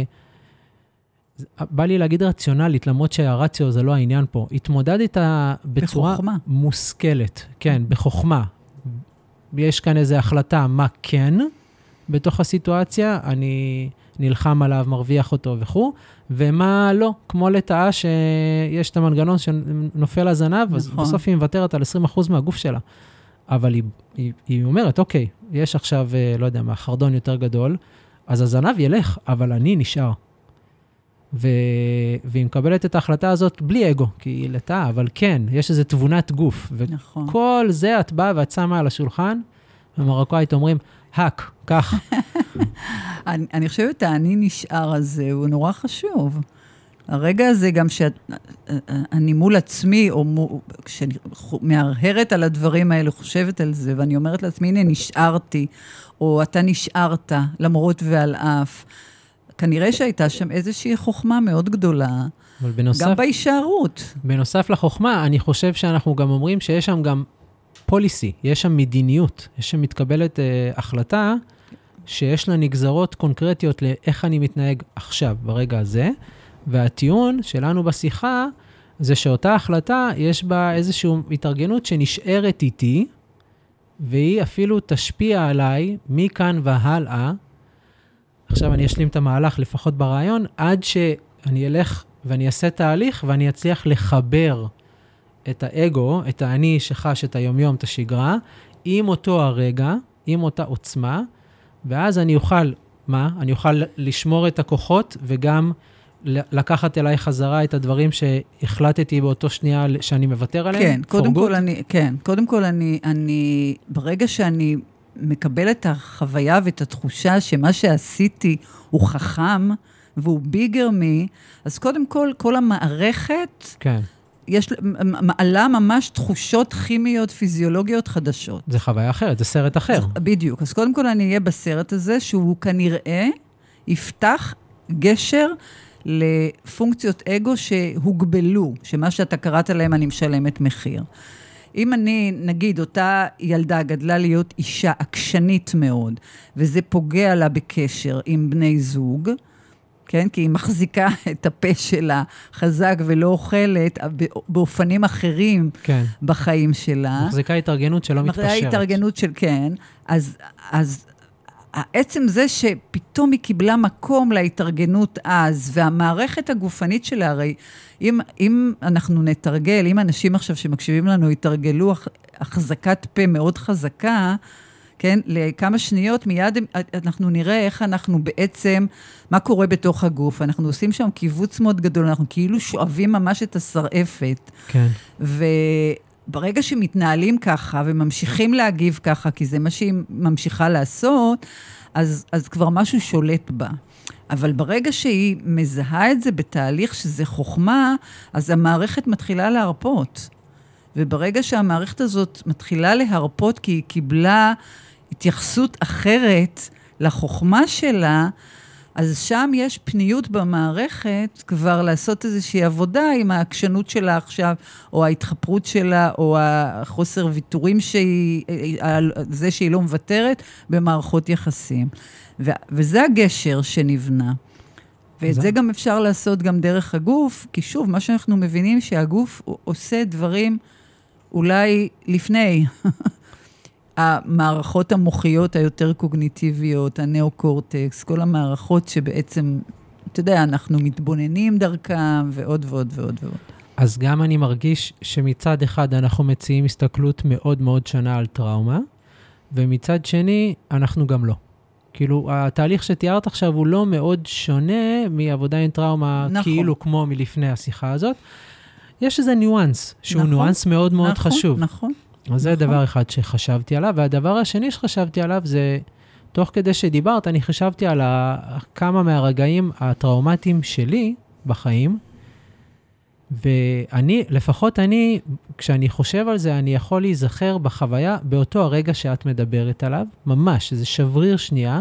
בא לי להגיד רציונלית, למרות שהרציו זה לא העניין פה, התמודדת בצורה בחוכמה. מושכלת, כן, בחוכמה. יש כאן איזו החלטה מה כן, בתוך הסיטואציה, אני נלחם עליו, מרוויח אותו וכו', ומה לא, כמו לטעה שיש את המנגנון שנופל הזנב, אז בסוף היא מוותרת על 20% מהגוף שלה. אבל היא אומרת, אוקיי, יש עכשיו, לא יודע מה, חרדון יותר גדול, אז הזנב ילך, אבל אני נשאר. והיא מקבלת את ההחלטה הזאת בלי אגו, כי היא לטעה, אבל כן, יש איזו תבונת גוף. וכל זה את באה ואת שמה על השולחן, במרוקאית אומרים, הק, כך. אני חושבת, אני נשאר הזה, הוא נורא חשוב. הרגע הזה גם שאני מול עצמי, או כשאני מהרהרת על הדברים האלה, חושבת על זה, ואני אומרת לעצמי, הנה נשארתי, או אתה נשארת, למרות ועל אף. כנראה שהייתה שם איזושהי חוכמה מאוד גדולה, גם בהישארות. בנוסף לחוכמה, אני חושב שאנחנו גם אומרים שיש שם גם פוליסי, יש שם מדיניות, יש שם מתקבלת החלטה שיש לה נגזרות קונקרטיות לאיך אני מתנהג עכשיו, ברגע הזה, והטיעון שלנו בשיחה, זה שאותה החלטה, יש בה איזושהי התארגנות שנשארת איתי, והיא אפילו תשפיע עליי מכאן והלאה. עכשיו אני אשלים את המהלך, לפחות ברעיון, עד שאני אלך ואני אעשה תהליך, ואני אצליח לחבר את האגו, את האני שחש את היומיום, את השגרה, עם אותו הרגע, עם אותה עוצמה, ואז אני אוכל, מה? אני אוכל לשמור את הכוחות, וגם לקחת אליי חזרה את הדברים שהחלטתי באותו שנייה שאני מוותר עליהם. כן, קודם כל אני, ברגע שאני מקבל את החוויה ואת התחושה שמה שעשיתי הוא חכם, והוא ביגר מי, אז קודם כל המערכת, כן. יש מעלה ממש תחושות כימיות, פיזיולוגיות חדשות. זה חוויה אחרת, זה סרט אחר. בדיוק. אז קודם כל אני אהיה בסרט הזה, שהוא כנראה יפתח גשר לפונקציות אגו שהוגבלו, שמה שאתה קראת להם אני משלמת מחיר. אם אני, נגיד, אותה ילדה גדלה להיות אישה עקשנית מאוד, וזה פוגע לה בקשר עם בני זוג, כן? כי היא מחזיקה את הפה שלה חזק ולא אוכלת באופנים אחרים כן. בחיים שלה. מחזיקה התארגנות שלא מתפשרת. מחזיקה התארגנות של כן. אז העצם זה שפתאום היא קיבלה מקום להתארגנות אז, והמערכת הגופנית שלה, הרי אם אנחנו נתרגל, אם אנשים עכשיו שמקשיבים לנו יתרגלו החזקת פה מאוד חזקה, כן, לכמה שניות, מיד אנחנו נראה איך אנחנו בעצם, מה קורה בתוך הגוף. אנחנו עושים שם קיבוץ מאוד גדול, אנחנו כאילו שואבים ממש את השרעפת. כן. וברגע שמתנהלים ככה, וממשיכים להגיב ככה, כי זה מה שהיא ממשיכה לעשות, אז כבר משהו שולט בה. אבל ברגע שהיא מזהה את זה בתהליך שזה חוכמה, אז המערכת מתחילה להרפות. וברגע שהמערכת הזאת מתחילה להרפות, כי היא קיבלה התייחסות אחרת לחוכמה שלה, אז שם יש פניות במערכת כבר לעשות איזושהי עבודה עם העקשנות שלה עכשיו, או ההתחפרות שלה, או החוסר ויתורים זה שהיא לא מוותרת במערכות יחסים. וזה הגשר שנבנה. ואת זה גם אפשר לעשות גם דרך הגוף, כי שוב, מה שאנחנו מבינים שהגוף עושה דברים אולי לפני המערכות המוחיות היותר קוגניטיביות, הנאו-קורטקס, כל המערכות שבעצם, אתה יודע, אנחנו מתבוננים דרכם ועוד ועוד ועוד ועוד. אז גם אני מרגיש שמצד אחד אנחנו מציעים הסתכלות מאוד מאוד שונה על טראומה, ומצד שני אנחנו גם לא. כאילו, התהליך שתיארת עכשיו הוא לא מאוד שונה מעבודה עם טראומה, נכון. כאילו כמו מלפני השיחה הזאת. יש איזה ניואנס, שהוא נכון, ניואנס מאוד מאוד נכון, חשוב. נכון. אז זה דבר אחד שחשבתי עליו, והדבר השני שחשבתי עליו זה, תוך כדי שדיברת, אני חשבתי על כמה מהרגעים הטראומטיים שלי בחיים, ואני, לפחות אני, כשאני חושב על זה, אני יכול להיזכר בחוויה באותו הרגע שאת מדברת עליו, ממש, זה שבריר שנייה,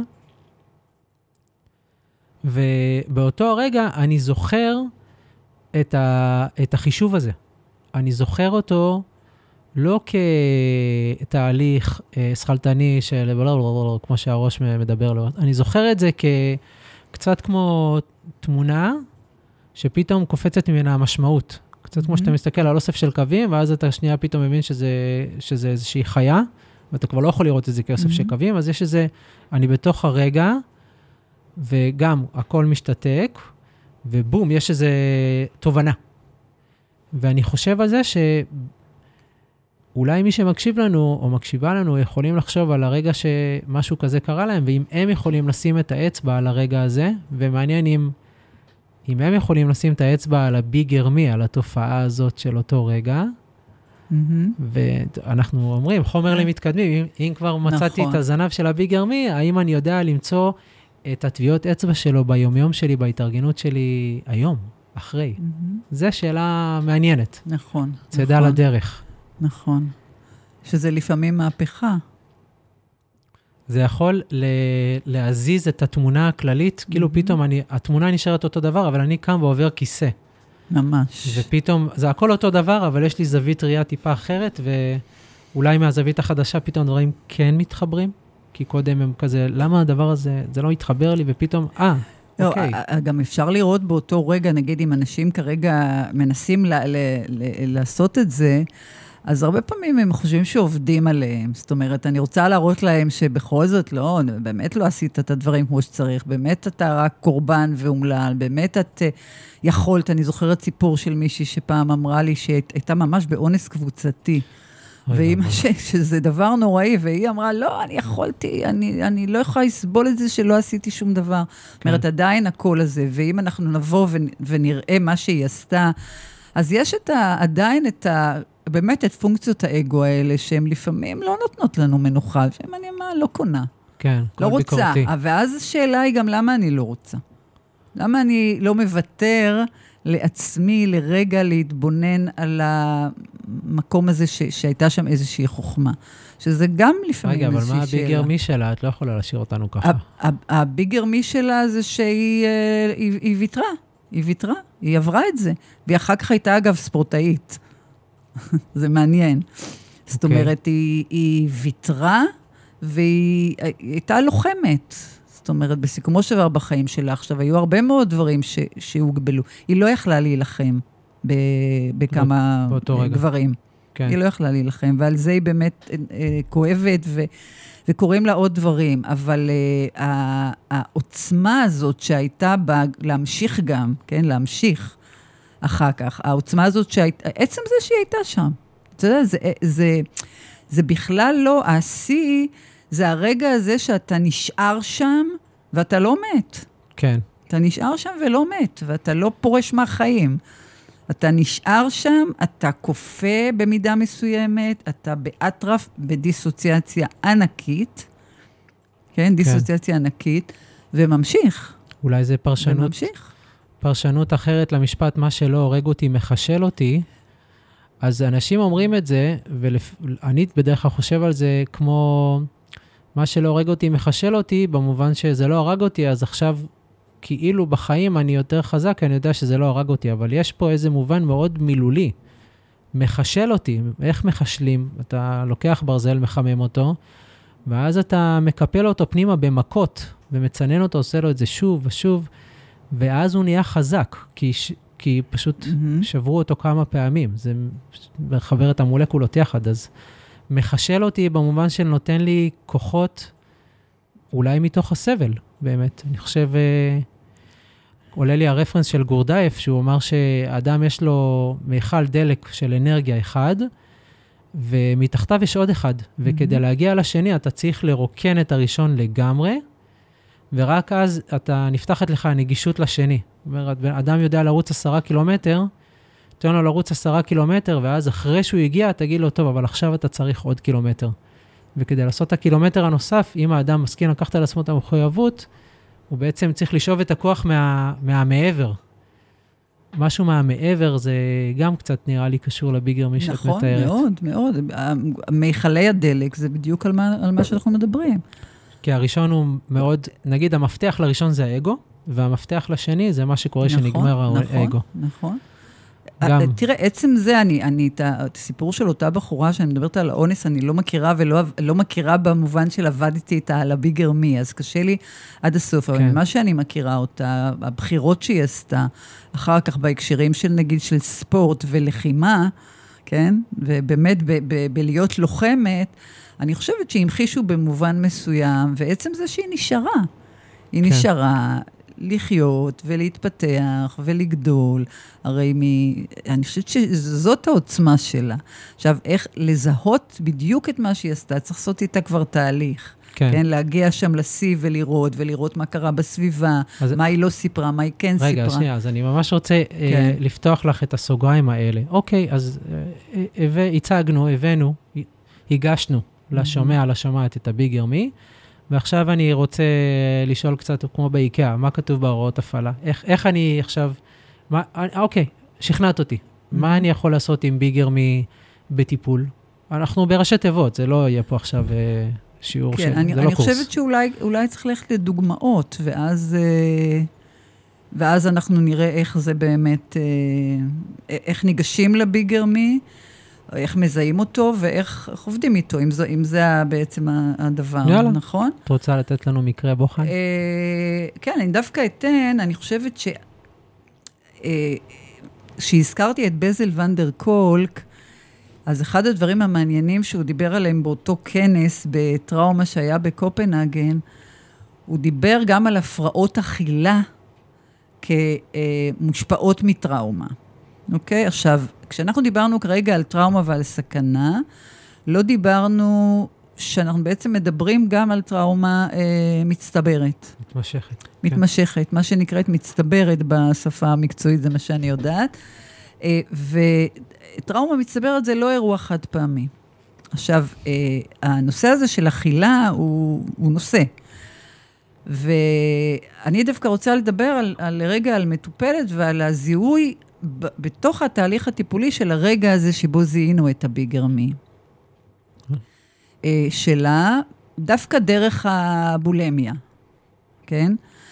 ובאותו הרגע אני זוכר את החישוב הזה. אני זוכר אותו לא כתהליך שכלתני של כמו שהראש מדבר לו. אני זוכר את זה קצת כמו תמונה שפתאום קופצת ממנה המשמעות. קצת כמו שאתה מסתכל על אוסף של קווים, ואז אתה שנייה פתאום מבין שזה איזושהי חיה, ואתה כבר לא יכול לראות את זה כאוסף של קווים, אז יש איזה, אני בתוך הרגע, וגם הכל משתתק, ובום, יש איזה תובנה. ואני חושב על זה שאולי מי שמקשיב לנו, או מקשיבה לנו, יכולים לחשוב על הרגע שמשהו כזה קרה להם, ואם הם יכולים לשים את האצבע על הרגע הזה, ומעניין אם הם יכולים לשים את האצבע על הביגר מי, על התופעה הזאת של אותו רגע, ואנחנו אומרים, חומר למתקדמים, אם כבר מצאתי את הזנב של הביגר מי, האם אני יודע למצוא את הטביעות אצבע שלו ביומיום שלי, בהתארגנות שלי היום, אחרי. זו שאלה מעניינת. נכון. צדה לדרך. נכון. שזה לפעמים מהפכה. זה יכול להזיז את התמונה הכללית, כאילו פתאום התמונה נשארת אותו דבר, אבל אני קם ועובר כיסא. ממש. ופתאום, זה הכל אותו דבר, אבל יש לי זווית ראייה טיפה אחרת, ואולי מהזווית החדשה פתאום דברים כן מתחברים, כי קודם הם כזה, למה הדבר הזה, זה לא התחבר לי, ופתאום, אוקיי. גם אפשר לראות באותו רגע, נגיד, אם אנשים כרגע מנסים לעשות את זה, אז הרבה פעמים הם חושבים שעובדים עליהם. זאת אומרת, אני רוצה להראות להם שבכל זאת, לא, באמת לא עשית את הדברים כמו שצריך, באמת אתה רק קורבן ואומלל, באמת את יכולת, אני זוכרת סיפור של מישהי שפעם אמרה לי שהייתה ממש באונס קבוצתי, והיא שזה דבר נוראי, והיא אמרה, לא, אני יכולתי, אני לא יכולה לסבול את זה שלא עשיתי שום דבר. זאת אומרת, עדיין הכל הזה, ואם אנחנו נבוא ונראה מה שהיא עשתה, אז יש עדיין באמת את פונקציות האגו האלה, שהן לפעמים לא נותנות לנו מנוחה, לפעמים אני לא קונה. כן, לא רוצה. ואז השאלה היא גם למה אני לא רוצה. למה אני לא מוותר לעצמי לרגע להתבונן על המקום הזה שהייתה שם איזושהי חוכמה. שזה גם לפעמים איזושהי שאלה. רגע, אבל מה הביגר מי שלה? את לא יכולה להשאיר אותנו ככה. הביגר מי שלה זה שהיא ויתרה. היא ויתרה, היא עברה את זה. והיא אחר כך הייתה אגב ספורטאית. זה מעניין. זאת אומרת, היא ויתרה, והיא הייתה לוחמת. זאת אומרת, בסיכומו של דבר בחיים שלה, עכשיו, היו הרבה מאוד דברים שהוגבלו. היא לא יכלה להילחם בכמה גברים. כן. היא לא יכלה להילחם, ועל זה היא באמת כואבת, וקוראים לה עוד דברים. אבל העוצמה הזאת שהייתה בה, להמשיך גם, כן, להמשיך אחר כך, העוצמה הזאת שהייתה, עצם זה שהיא הייתה שם. אתה יודע, זה בכלל לא, השיא, זה הרגע הזה שאתה נשאר שם, ואתה לא מת. כן. אתה נשאר שם ולא מת, ואתה לא פורש מהחיים. אתה נשאר שם, אתה כופה במידה מסוימת, אתה באטרף, בדיסוציאציה ענקית, כן, דיסוציאציה ענקית, וממשיך. אולי זה פרשנות אחרת למשפט, מה שלא הורג אותי, מחשל אותי, אז אנשים אומרים את זה, ואני בדרך כלל חושב על זה כמו, מה שלא הורג אותי, מחשל אותי, במובן שזה לא הרג אותי, אז עכשיו, כאילו בחיים אני יותר חזק, אני יודע שזה לא הרג אותי, אבל יש פה איזה מובן מאוד מילולי, מחשל אותי, איך מחשלים? אתה לוקח ברזל, מחמם אותו, ואז אתה מקפל אותו פנימה במכות, ומצנן אותו, עושה לו את זה שוב ושוב, ואז הוא נהיה חזק, כי פשוט שברו אותו כמה פעמים, זה מחבר את המולקולות יחד, אז מחשל אותי במובן של נותן לי כוחות, אולי מתוך הסבל, באמת. אני חושב, עולה לי הרפרנס של גורדייף, שהוא אמר שהאדם יש לו מיכל דלק של אנרגיה אחד, ומתחתיו יש עוד אחד, וכדי להגיע לשני, אתה צריך לרוקן את הראשון לגמרי, ורק אז אתה נפתחת לך הנגישות לשני. זאת אומרת, אדם יודע לרוץ 10 קילומטר, תן לו לרוץ 10 קילומטר, ואז אחרי שהוא הגיע, תגיד לו, טוב, אבל עכשיו אתה צריך עוד קילומטר. וכדי לעשות את הקילומטר הנוסף, אם האדם מסכים לקחת על עצמו את המחויבות, הוא בעצם צריך לשאוב את הכוח מהמעבר. משהו מהמעבר זה גם קצת נראה לי קשור לביגר מי שאת מתארת. נכון, מאוד, מאוד. מיכלי הדלק זה בדיוק על מה שאנחנו מדברים. כי הראשון הוא מאוד, נגיד המפתח לראשון זה האגו, והמפתח לשני זה מה שקורה שנגמר האגו. נכון. תראה, עצם זה, את הסיפור של אותה בחורה שאני מדברת על האונס, אני לא מכירה ולא מכירה במובן של עבדתי איתה על הביגר מי, אז קשה לי עד הסוף, אבל מה שאני מכירה אותה, הבחירות שהיא עשתה, אחר כך בהקשרים של נגיד של ספורט ולחימה, כן? ובאמת בלהיות לוחמת, אני חושבת שהמחישו במובן מסוים, ועצם זה שהיא נשארה. היא נשארה לחיות ולהתפתח ולגדול. הרי אני חושבת שזאת העוצמה שלה. עכשיו, איך לזהות בדיוק את מה שהיא עשתה, צריך לעשות איתה כבר תהליך. כן, להגיע שם לשיא ולראות מה קרה בסביבה, מה היא לא סיפרה, מה היא כן סיפרה. רגע, שנייה, אז אני ממש רוצה לפתוח לך את הסוגריים האלה. אוקיי, אז הצגנו, הבאנו, הגשנו לשומע, לשומעת את הביגר מי, ועכשיו אני רוצה לשאול קצת כמו באיקאה, מה כתוב בהוראות הפעלה? איך אני עכשיו, אוקיי, שכנעת אותי. מה אני יכול לעשות עם ביגר מי בטיפול? אנחנו בראשי תיבות, זה לא יהיה פה עכשיו שיעור של, זה לא קורס. אני חושבת שאולי צריך ללכת לדוגמאות, ואז אנחנו נראה איך זה באמת, איך ניגשים לביגר מי, איך מזהים אותו ואיך עובדים איתו, אם זה בעצם הדבר, יאללה. נכון? את רוצה לתת לנו מקרה בוחן? כן, אני דווקא אתן, אני חושבת שהזכרתי את בזל ונדר קולק, אז אחד הדברים המעניינים שהוא דיבר עליהם באותו כנס בטראומה שהיה בקופנהגן, הוא דיבר גם על הפרעות אכילה כמושפעות מטראומה. אוקיי? עכשיו, כשאנחנו דיברנו כרגע על טראומה ועל סכנה, לא דיברנו שאנחנו בעצם מדברים גם על טראומה מצטברת. מתמשכת. מתמשכת, מה שנקראת מצטברת בשפה המקצועית, זה מה שאני יודעת. וטראומה מצטברת זה לא אירוע חד פעמי. עכשיו, הנושא הזה של אכילה הוא נושא. ואני דווקא רוצה לדבר על רגע על מטופלת ועל הזיהוי בתוך התהליך הטיפולי של הרגע הזה שבו זיהינו את הביגרמי. שלה, דווקא דרך הבולמיה, כן?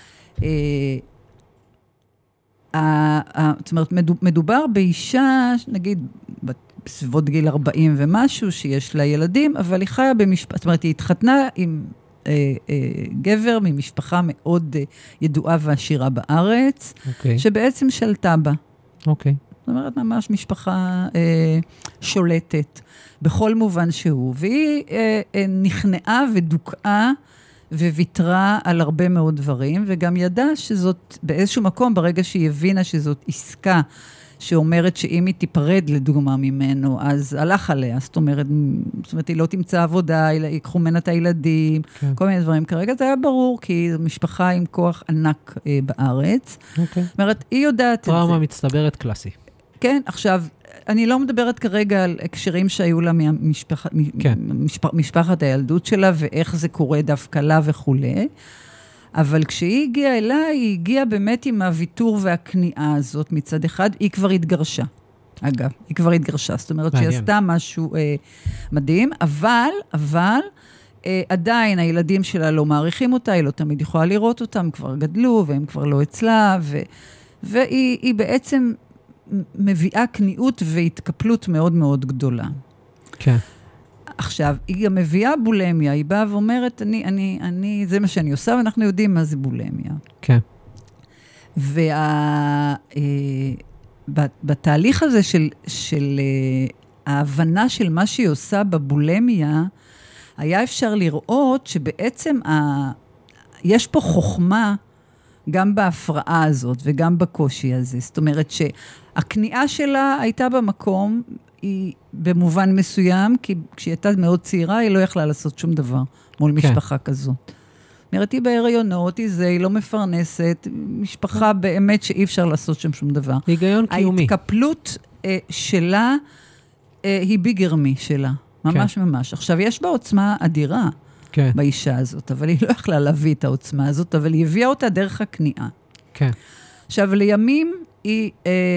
זאת אומרת, מדובר באישה, נגיד, בסביבות גיל 40 ומשהו, שיש לה ילדים, אבל היא חיה במשפחה, זאת אומרת, היא התחתנה עם גבר ממשפחה מאוד ידועה ועשירה בארץ, שבעצם שלטה בה. אוקיי. זאת אומרת, ממש משפחה שולטת, בכל מובן שהוא. והיא נכנעה ודוקעה, וויתרה על הרבה מאוד דברים, וגם ידעה שזאת באיזשהו מקום, ברגע שהיא הבינה שזאת עסקה, שאומרת שאם היא תיפרד לדוגמה ממנו, אז הלך עליה, זאת אומרת, היא לא תמצא עבודה, ייקחו ממנה את הילדים, כן. כל מיני דברים. כרגע זה היה ברור, כי זו משפחה עם כוח ענק בארץ. אוקיי. זאת אומרת, היא יודעת את זה. טראומה מצטברת קלאסי. כן, עכשיו, אני לא מדברת כרגע על הקשרים שהיו לה משפחת הילדות שלה, ואיך זה קורה דווקא לה וכו'. אבל כשהיא הגיעה אליי, היא הגיעה באמת עם הוויתור והכניעה הזאת מצד אחד, היא כבר התגרשה. אגב, היא כבר התגרשה, זאת אומרת שהיא עשתה משהו מדהים, אבל עדיין הילדים שלה לא מעריכים אותה, היא לא תמיד יכולה לראות אותם, כבר גדלו והם כבר לא אצלה, והיא בעצם מביאה כניעות והתקפלות מאוד מאוד גדולה. כן. עכשיו, היא גם מביאה בולמיה, היא באה ואומרת, זה מה שאני עושה, ואנחנו יודעים מה זה בולמיה. כן. בתהליך הזה של ההבנה של מה שהיא עושה בבולמיה, היה אפשר לראות שבעצם יש פה חוכמה גם בהפרעה הזאת וגם בקושי הזה. זאת אומרת שהכניעה שלה הייתה במקום, היא במובן מסוים, כי כשהיא הייתה מאוד צעירה, היא לא יכלה לעשות שום דבר מול משפחה כזאת. זאת אומרת, היא בהריונות, היא לא מפרנסת, משפחה באמת שאי אפשר לעשות שם שום דבר. היגיון קיומי. ההתקפלות שלה היא ביגרמי שלה, ממש ממש. עכשיו, יש בה עוצמה אדירה באישה הזאת, אבל היא לא יכלה להביא את העוצמה הזאת, אבל היא הביאה אותה דרך הכניעה. כן. עכשיו, לימים היא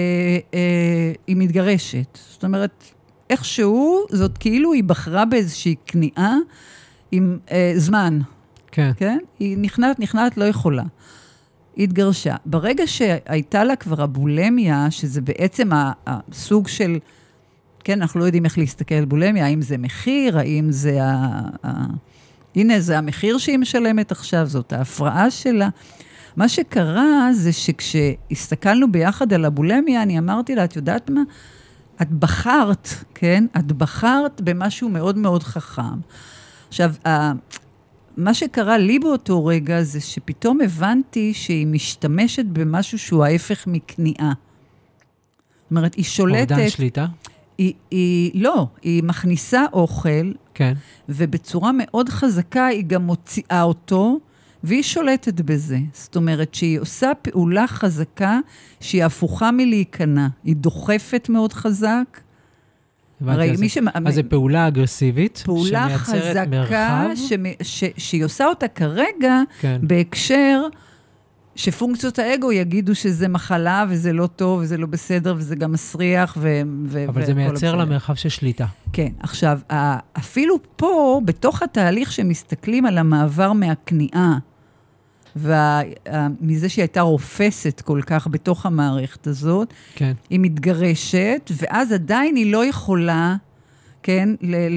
מתגרשת. זאת אומרת, איכשהו, זאת כאילו היא בחרה באיזושהי כניעה עם זמן. כן. כן? היא נכנעת, לא יכולה. היא התגרשה. ברגע שהייתה לה כבר הבולמיה, שזה בעצם הסוג של, כן, אנחנו לא יודעים איך להסתכל על בולמיה, האם זה מחיר, האם זה הנה, זה המחיר שהיא משלמת עכשיו, זאת ההפרעה שלה. מה שקרה זה שכשהסתכלנו ביחד על הבולמיה, אני אמרתי לה, את יודעת מה? את בחרת, כן? את בחרת במשהו מאוד מאוד חכם. עכשיו, מה שקרה לי באותו רגע זה שפתאום הבנתי שהיא משתמשת במשהו שהוא ההפך מכניעה. זאת אומרת, היא שולטת... אובדן שליטה? לא, היא מכניסה אוכל, כן. ובצורה מאוד חזקה היא גם מוציאה אותו, והיא שולטת בזה. זאת אומרת שהיא עושה פעולה חזקה שהיא הפוכה מלהיכנע. היא דוחפת מאוד חזק. אז זה פעולה אגרסיבית, פעולה חזקה שהיא עושה אותה כרגע בהקשר שפונקציות האגו יגידו שזה מחלה וזה לא טוב וזה לא בסדר וזה גם מסריח אבל זה מייצר לה מרחב של שליטה. כן, עכשיו, אפילו פה, בתוך התהליך שמסתכלים על המעבר מהכניעה, ומזה שהיא הייתה רופסת כל כך בתוך המערכת הזאת, כן. היא מתגרשת, ואז עדיין היא לא יכולה כן,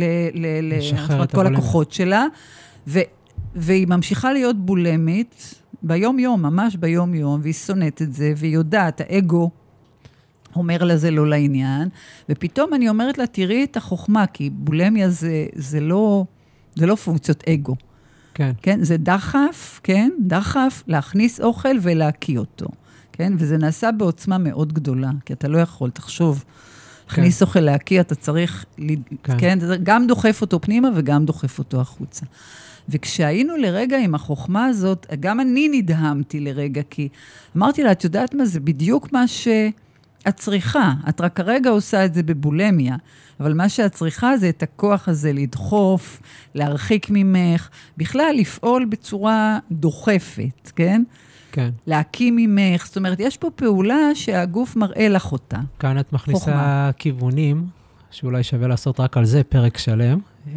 כל הכוחות שלה, והיא ממשיכה להיות בולמית, ביום יום, ממש ביום יום, והיא שונאת את זה, והיא יודעת, האגו אומר לה זה לא לעניין, ופתאום אני אומרת לה, תראי את החוכמה, כי בולמיה זה לא פונקציות אגו. כן. כן, זה דחף, כן, דחף להכניס אוכל ולהקיא אותו. כן, וזה נעשה בעוצמה מאוד גדולה, כי אתה לא יכול, תחשוב, להכניס אוכל להקיא, אתה צריך, כן, גם דוחף אותו פנימה וגם דוחף אותו החוצה. וכשהיינו לרגע עם החוכמה הזאת, גם אני נדהמתי לרגע, כי אמרתי לה, את יודעת מה, זה בדיוק מה שאת צריכה. את רק כרגע עושה את זה בבולמיה, אבל מה שאת צריכה זה את הכוח הזה לדחוף, להרחיק ממך, בכלל לפעול בצורה דוחפת, כן? כן. להקים ממך, זאת אומרת, יש פה פעולה שהגוף מראה לך אותה. כאן את מכניסה כיוונים, שאולי שווה לעשות רק על זה פרק שלם.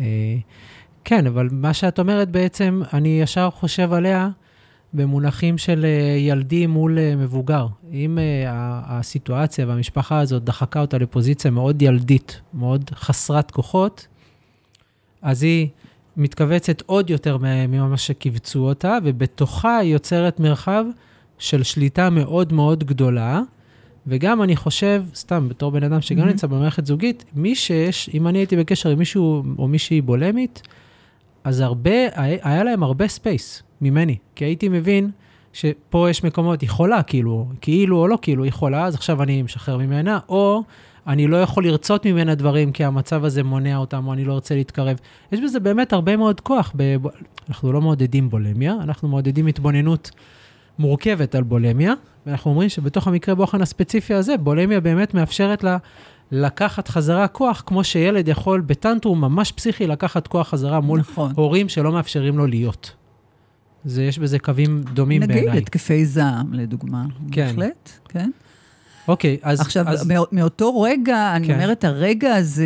כן, אבל מה שאת אומרת בעצם, אני ישר חושב עליה במונחים של ילדי מול מבוגר. אם הסיטואציה והמשפחה הזאת דחקה אותה לפוזיציה מאוד ילדית, מאוד חסרת כוחות, אז היא מתכווצת עוד יותר ממה שקיבצו אותה, ובתוכה היא יוצרת מרחב של שליטה מאוד מאוד גדולה, וגם אני חושב, סתם בתור בן אדם שגם נמצא במערכת זוגית, אם אני הייתי בקשר עם מישהו או מישהי בולמית, אז היה להם הרבה ספייס ממני, כי הייתי מבין שפה יש מקומות, יכולה כאילו או לא כאילו יכולה, אז עכשיו אני משחרר ממנה, או אני לא יכול לרצות ממנה דברים, כי המצב הזה מונע אותם, או אני לא רוצה להתקרב. יש בזה באמת הרבה מאוד כוח. אנחנו לא מעודדים בולמיה, אנחנו מעודדים התבוננות מורכבת על בולמיה, ואנחנו אומרים שבתוך המקרה באופן הספציפי הזה, בולמיה באמת מאפשרת לה לקחת חזרה כוח, כמו שילד יכול בטנטרום ממש פסיכי לקחת כוח חזרה מול הורים שלא מאפשרים לו להיות. יש בזה קווים דומים בעיניי. נגיד, התקפי זעם, לדוגמה. כן. בהחלט, כן. אוקיי, אז... עכשיו, מאותו רגע, אני אומרת, הרגע הזה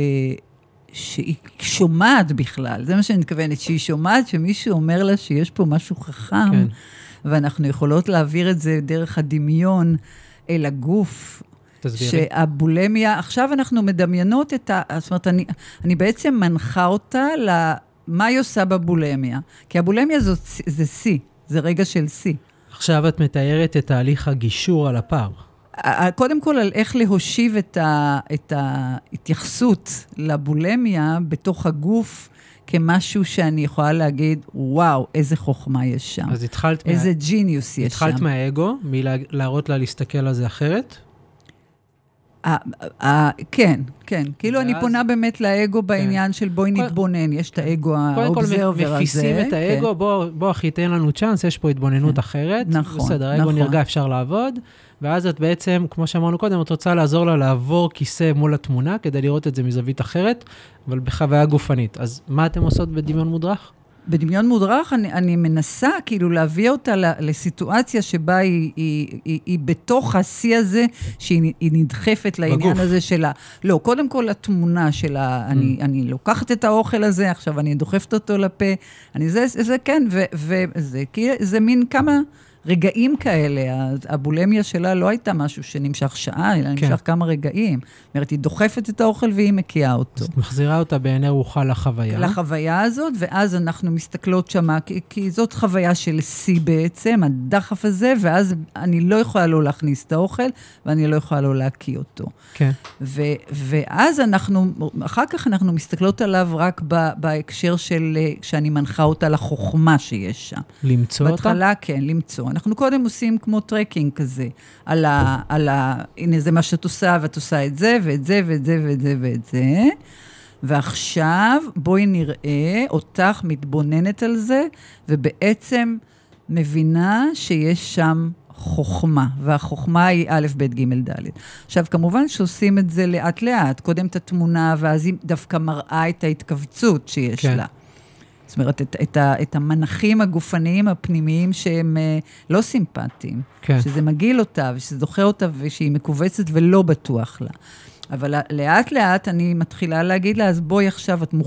שהיא שומעת בכלל, זה מה שאני מתכוונת, שהיא שומעת שמישהו אומר לה שיש פה משהו חכם, ואנחנו יכולות להעביר את זה דרך הדמיון אל הגוף, שהבולמיה, עכשיו אנחנו מדמיינות זאת אומרת, אני בעצם מנחה אותה למה היא עושה בבולמיה, כי הבולמיה זה C, זה רגע של C. עכשיו את מתארת את תהליך הגישור על הפער. קודם כל, על איך להושיב את ההתייחסות לבולמיה בתוך הגוף, כמשהו שאני יכולה להגיד, וואו, איזה חוכמה יש שם. אז התחלת איזה ג'יניוס יש שם. התחלת מהאגו, מלהראות לה להסתכל על זה אחרת? כן, כן. כאילו אני פונה באמת לאגו בעניין של בואי נתבונן, יש את האגו האובזרבר הזה. קודם כל מפיסים את האגו, בוא אחי, תן לנו צ'אנס, יש פה התבוננות אחרת. נכון. בסדר, האגו נרגע, אפשר לעבוד, ואז את בעצם, כמו שאמרנו קודם, את רוצה לעזור לה לעבור כיסא מול התמונה, כדי לראות את זה מזווית אחרת, אבל בחוויה גופנית. אז מה אתם עושות בדמיון מודרך? בדמיון מודרך אני מנסה כאילו להביא אותה לסיטואציה שבה היא בתוך השיא הזה, שהיא נדחפת לעניין הזה שלה. לא, קודם כל התמונה שלה, אני לוקחת את האוכל הזה, עכשיו אני דוחפת אותו לפה, זה כן, וזה, כי זה מין כמה רגעים כאלה, הבולמיה שלה לא הייתה משהו שנמשך שעה, אלא נמשך כמה רגעים. זאת אומרת, היא דוחפת את האוכל והיא מקיאה אותו. אז את מחזירה אותה בעיני רוחה לחוויה. לחוויה הזאת, ואז אנחנו מסתכלות שמה, כי זאת חוויה של C בעצם, הדחף הזה, ואז אני לא יכולה לא להכניס את האוכל, ואני לא יכולה לא להקיא אותו. כן. ואז אחר כך אנחנו מסתכלות עליו רק בהקשר של, כשאני מנחה אותה לחוכמה שיש שם. למצוא אותה? בהתחלה, כן, למצוא. אנחנו קודם עושים כמו טרקינג כזה, הנה זה מה שאת עושה, ואת עושה את זה, ואת זה, ואת זה, ואת זה, ואת זה. ועכשיו בואי נראה אותך מתבוננת על זה, ובעצם מבינה שיש שם חוכמה, והחוכמה היא א', ב', ג', ד'. עכשיו, כמובן שעושים את זה לאט לאט, קודם את התמונה, ואז היא דווקא מראה את ההתכווצות שיש לה. זאת אומרת, את המנחים הגופניים הפנימיים שהם לא סימפטיים, שזה מגיל אותה, ושזה זוכר אותה, ושהיא מקובצת ולא בטוח לה. אבל לאט לאט אני מתחילה להגיד לה, אז בואי עכשיו, את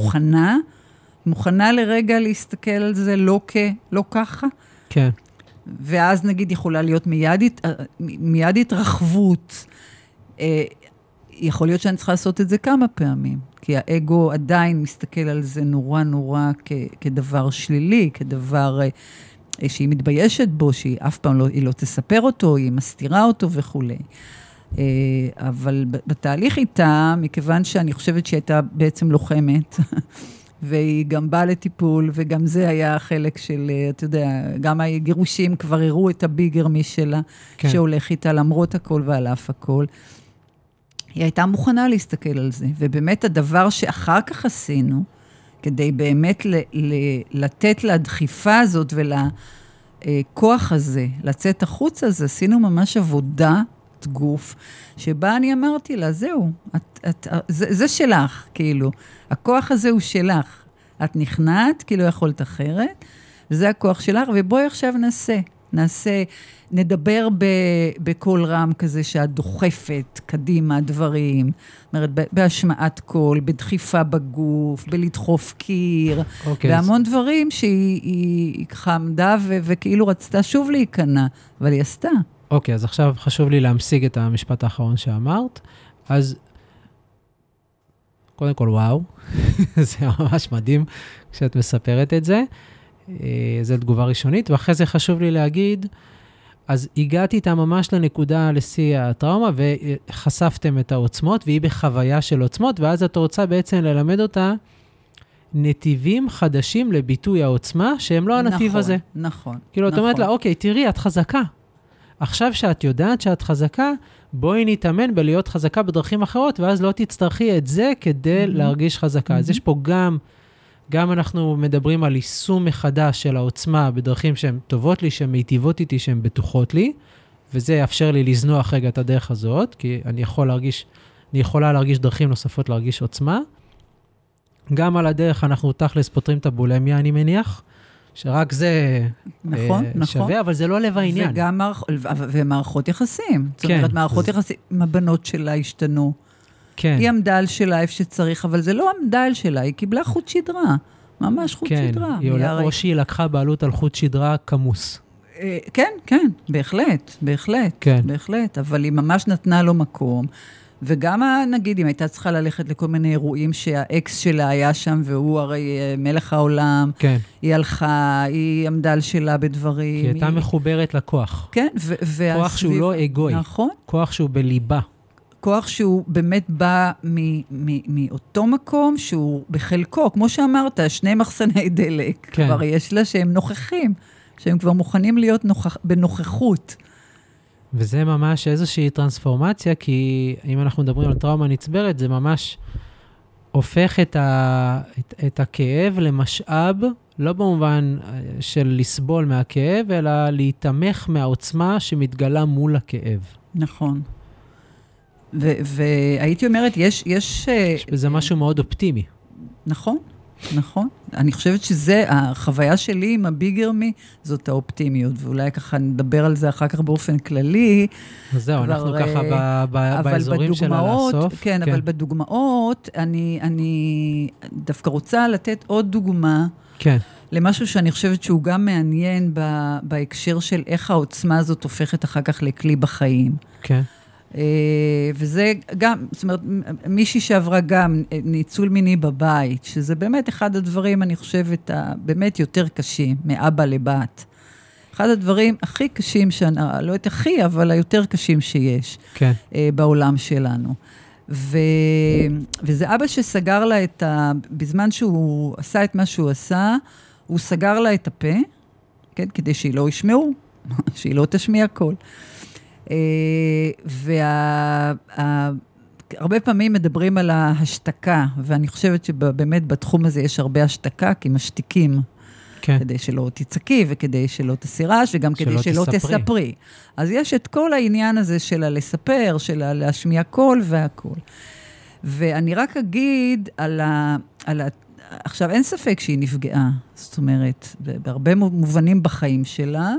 מוכנה לרגע להסתכל על זה לא ככה? כן. ואז נגיד יכולה להיות מיד התרחבות, יכול להיות שאני צריכה לעשות את זה כמה פעמים, כי האגו עדיין מסתכל על זה נורא נורא כדבר שלילי, כדבר שהיא מתביישת בו, שהיא אף פעם לא תספר אותו, היא מסתירה אותו וכו'. אבל בתהליך איתה, מכיוון שאני חושבת שהיא הייתה בעצם לוחמת, והיא גם באה לטיפול, וגם זה היה חלק של, אתה יודע, גם הגירושים כבר הראו את הביגרמי שלה, כן. שהולך איתה למרות הכל ועל אף הכל. היא הייתה מוכנה להסתכל על זה, ובאמת הדבר שאחר כך עשינו, כדי באמת לתת לה הדחיפה הזאת ולכוח הזה, לצאת החוץ הזה, עשינו ממש עבודה גוף, שבה אני אמרתי לה, זהו, זה שלך, כאילו, הכוח הזה הוא שלך. את נכנעת, כי לא יכולת אחרת, וזה הכוח שלך, ובואי עכשיו נדבר בקול רם כזה שאת דוחפת קדימה דברים, זאת אומרת, בהשמעת קול, בדחיפה בגוף, בלדחוף קיר, והמון דברים שהיא חמדה וכאילו רצתה שוב להיכנע, אבל היא עשתה. אוקיי, אז עכשיו חשוב לי להמשיג את המשפט האחרון שאמרת. אז קודם כל, וואו, זה ממש מדהים כשאת מספרת את זה. זו תגובה ראשונית, ואחרי זה חשוב לי להגיד, אז הגעתי איתה ממש לנקודה לשיא הטראומה, וחשפתם את העוצמות, והיא בחוויה של עוצמות, ואז את רוצה בעצם ללמד אותה נתיבים חדשים לביטוי העוצמה, שהם לא הנתיב הזה. נכון. כאילו, את אומרת לה, אוקיי, תראי, את חזקה. עכשיו שאת יודעת שאת חזקה, בואי נתאמן בלהיות חזקה בדרכים אחרות, ואז לא תצטרכי את זה כדי להרגיש חזקה. אז יש פה גם אנחנו מדברים על יישום מחדש של העוצמה בדרכים שהן טובות לי, שהן מיטיבות איתי, שהן בטוחות לי, וזה יאפשר לי לזנוח רגע את הדרך הזאת, כי אני יכולה להרגיש דרכים נוספות להרגיש עוצמה. גם על הדרך אנחנו תכלס פותרים את הבולמיה, אני מניח, שרק זה שווה, אבל זה לא לב העניין. ומערכות יחסים. זאת אומרת, מערכות יחסים, הבנות שלה השתנו. היא עמדה על שלה איפה שצריך, אבל זה לא עמדה על שלה, היא קיבלה חוט שדרה. ממש חוט שדרה. או שהיא לקחה בעלות על חוט שדרה כמוס. כן, בהחלט. אבל היא ממש נתנה לו מקום. וגם, נגיד, אם הייתה צריכה ללכת לכל מיני אירועים שהאקס שלה היה שם, והוא הרי מלך העולם, כן. היא הלכה, היא עמדה על שלה בדברים. כי הייתה מחוברת לכוח. כן, כוח שהוא לא אגוי. נכון. כוח שהוא בליבה. כוח שהוא באמת בא מאותו מקום, שהוא בחלקו, כמו שאמרת, שני מחסני דלק, כן. כבר יש לה שהם נוכחים, שהם כבר מוכנים להיות בנוכחות. וזה ממש איזושהי טרנספורמציה, כי אם אנחנו מדברים על טראומה נצברת, זה ממש הופך את הכאב למשאב, לא במובן של לסבול מהכאב, אלא להתמך מהעוצמה שמתגלה מול הכאב. נכון. והייתי אומרת, יש בזה משהו מאוד אופטימי. נכון. אני חושבת שזה, החוויה שלי עם הביגרמי, זאת האופטימיות, ואולי ככה נדבר על זה אחר כך באופן כללי. אז זהו, אנחנו ככה באזורים של הסוף. כן, אבל בדוגמאות, אני דווקא רוצה לתת עוד דוגמה, למשהו שאני חושבת שהוא גם מעניין בהקשר של איך העוצמה הזאת הופכת אחר כך לכלי בחיים. כן. וזה גם, זאת אומרת, מישהי שעברה גם ניצול מיני בבית, שזה באמת אחד הדברים, אני חושבת, באמת יותר קשים, מאבא לבת. אחד הדברים הכי קשים, לא את הכי, אבל היותר קשים שיש, כן. בעולם שלנו. וזה אבא שסגר לה בזמן שהוא עשה את מה שהוא עשה, הוא סגר לה את הפה, כן, כדי שהיא לא ישמעו, שהיא לא תשמיע קול. הרבה פעמים מדברים על ההשתקה, ואני חושבת שבאמת בתחום הזה יש הרבה השתקה, כי משתיקים, כדי שלא תצעקי, וכדי שלא תסירש, וגם כדי שלא תספרי. אז יש את כל העניין הזה של לספר, של להשמיע קול והכל. ואני רק אגיד עכשיו אין ספק שהיא נפגעה, זאת אומרת, בהרבה מובנים בחיים שלה,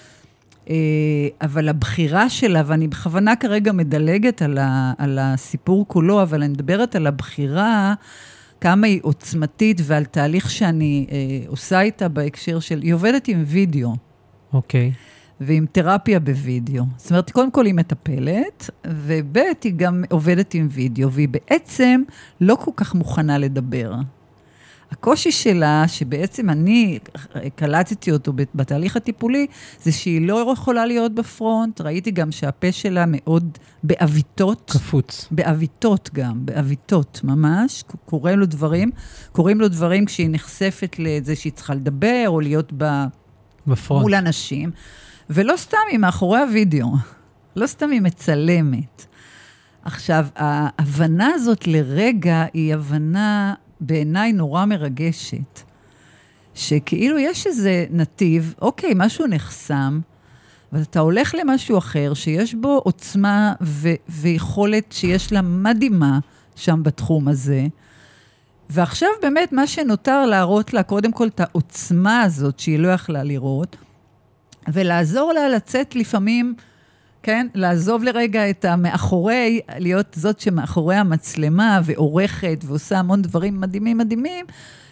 אבל הבחירה שלה, ואני בכוונה כרגע מדלגת על הסיפור כולו, אבל אני מדברת על הבחירה, כמה היא עוצמתית, ועל תהליך שאני עושה איתה בהקשר של, היא עובדת עם וידאו. אוקיי. ועם תרפיה בווידאו. זאת אומרת, קודם כל היא מטפלת, וב' היא גם עובדת עם וידאו, והיא בעצם לא כל כך מוכנה לדבר. הקושי שלה, שבעצם אני קלטתי אותו בתהליך הטיפולי, זה שהיא לא יכולה להיות בפרונט. ראיתי גם שהפה שלה מאוד באביתות. קפוץ. באביתות גם, באביתות ממש. קוראים לו דברים כשהיא נחשפת לזה שהיא צריכה לדבר, או להיות בפרונט. מול אנשים. ולא סתם היא מאחורי הוידאו. לא סתם היא מצלמת. עכשיו, ההבנה הזאת לרגע היא הבנה בעיניי נורא מרגשת, שכאילו יש איזה נתיב, אוקיי, משהו נחסם, ואתה הולך למשהו אחר, שיש בו עוצמה ויכולת שיש לה מדהימה שם בתחום הזה, ועכשיו באמת מה שנותר להראות לה, קודם כל את העוצמה הזאת שהיא לא יכלה לראות, ולעזור לה לצאת לפעמים, כן? לעזוב לרגע את המאחורי, להיות זאת שמאחורי המצלמה ועורכת ועושה המון דברים מדהימים,